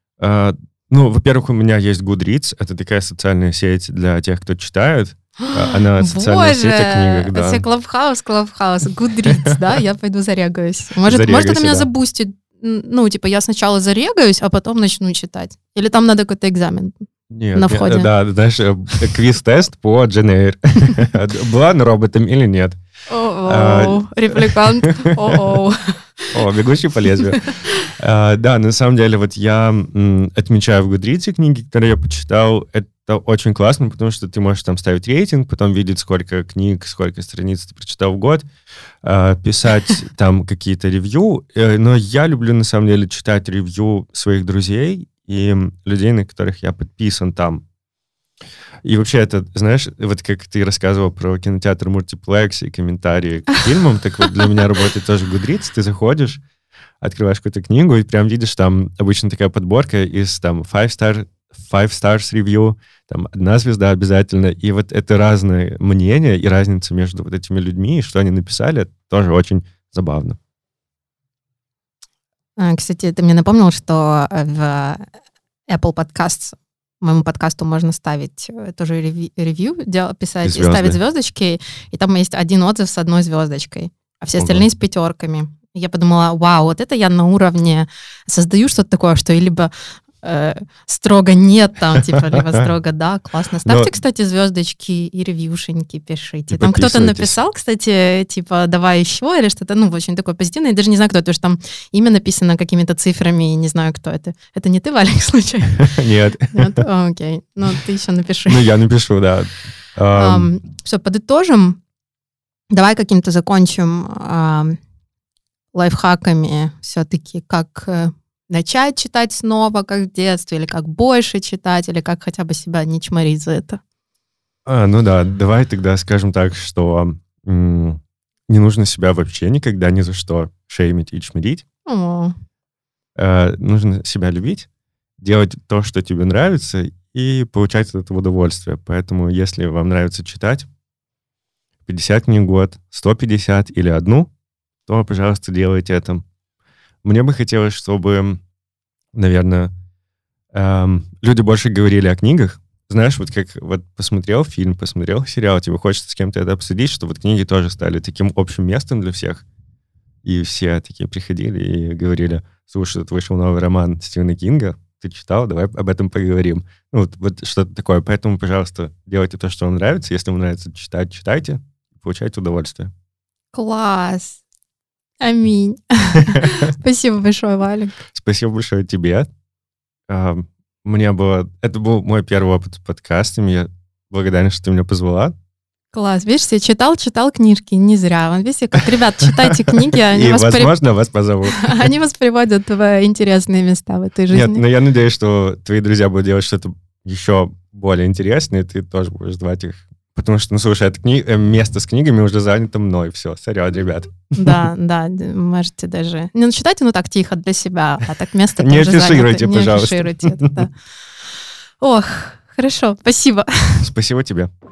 [SPEAKER 2] Ну, во-первых, у меня есть Goodreads, это такая социальная сеть для тех, кто читает. Она социальная сеть о книгах, да.
[SPEAKER 1] Боже, Клабхаус, Goodreads, да, я пойду зарегаюсь. Может, это меня забустит. Ну, типа, я сначала зарегаюсь, а потом начну читать. Или там надо какой-то экзамен на входе?
[SPEAKER 2] Да, знаешь, квиз-тест по Джейн Эйр. Была она роботом или нет?
[SPEAKER 1] О-о, репликант, о-о.
[SPEAKER 2] О, бегущий по лезвию. Да, на самом деле, вот я отмечаю в Goodreads книги, которые я почитал. Это очень классно, потому что ты можешь там ставить рейтинг, потом видеть, сколько книг, сколько страниц ты прочитал в год, писать там какие-то ревью. Но я люблю, на самом деле, читать ревью своих друзей и людей, на которых я подписан там. И вообще это, знаешь, вот как ты рассказывал про кинотеатр Мультиплекс и комментарии к фильмам, так вот для меня работает тоже Goodreads. Ты заходишь, открываешь какую-то книгу и прям видишь там обычно такая подборка из там 5 stars review, там 1 звезда обязательно. И вот это разные мнения и разница между вот этими людьми, и что они написали, это тоже очень забавно.
[SPEAKER 1] Кстати, ты мне напомнил, что в Apple Podcasts моему подкасту можно ставить тоже ревью, писать и ставить звездочки, и там есть 1 отзыв с 1 звездочкой, а все остальные с 5. Я подумала, вау, вот это я на уровне создаю что-то такое, что либо строго нет там, типа, либо строго да, классно. Ставьте, кстати, звездочки и ревьюшеньки пишите. Там кто-то написал, кстати, типа, давай еще или что-то, ну, очень такое позитивное. Я даже не знаю, кто это, потому что там имя написано какими-то цифрами, и не знаю, кто это. Это не ты, Валик, случайно?
[SPEAKER 2] Нет.
[SPEAKER 1] Окей. Ну, ты еще напиши.
[SPEAKER 2] Ну, я напишу, да.
[SPEAKER 1] Все, подытожим. Давай каким-то закончим лайфхаками все-таки, как начать читать снова, как в детстве, или как больше читать, или как хотя бы себя не чморить за это.
[SPEAKER 2] Ну да, давай тогда скажем так, что не нужно себя вообще никогда ни за что шеймить и чморить. Нужно себя любить, делать то, что тебе нравится, и получать от этого удовольствие. Поэтому, если вам нравится читать 50 книг в год, 150 или 1, то, пожалуйста, делайте это. Мне бы хотелось, чтобы, наверное, люди больше говорили о книгах. Знаешь, вот как вот посмотрел фильм, посмотрел сериал, тебе хочется с кем-то это обсудить, что вот книги тоже стали таким общим местом для всех. И все такие приходили и говорили, слушай, тут вышел новый роман Стивена Кинга, ты читал, давай об этом поговорим. Ну, вот что-то такое. Поэтому, пожалуйста, делайте то, что вам нравится. Если вам нравится читать, читайте, получайте удовольствие.
[SPEAKER 1] Класс! Аминь. Спасибо большое, Валик.
[SPEAKER 2] Спасибо большое тебе. Это был мой первый опыт с подкастами. Я благодарен, что ты меня позвала.
[SPEAKER 1] Класс. Видишь, я читал книжки, не зря. Вон, видите, как, ребят, читайте книги.
[SPEAKER 2] И, возможно, вас позовут.
[SPEAKER 1] Они вас приводят в интересные места в этой жизни.
[SPEAKER 2] Нет, но я надеюсь, что твои друзья будут делать что-то еще более интересное, и ты тоже будешь звать их. Потому что, ну, слушай, это место с книгами уже занято мной. Все, сорян, ребят.
[SPEAKER 1] Да, можете даже... Не читайте, ну, так тихо для себя, а так место
[SPEAKER 2] не
[SPEAKER 1] тоже занято.
[SPEAKER 2] афишируйте, пожалуйста.
[SPEAKER 1] Не афишируйте это, да. Ох, хорошо, спасибо.
[SPEAKER 2] Спасибо тебе.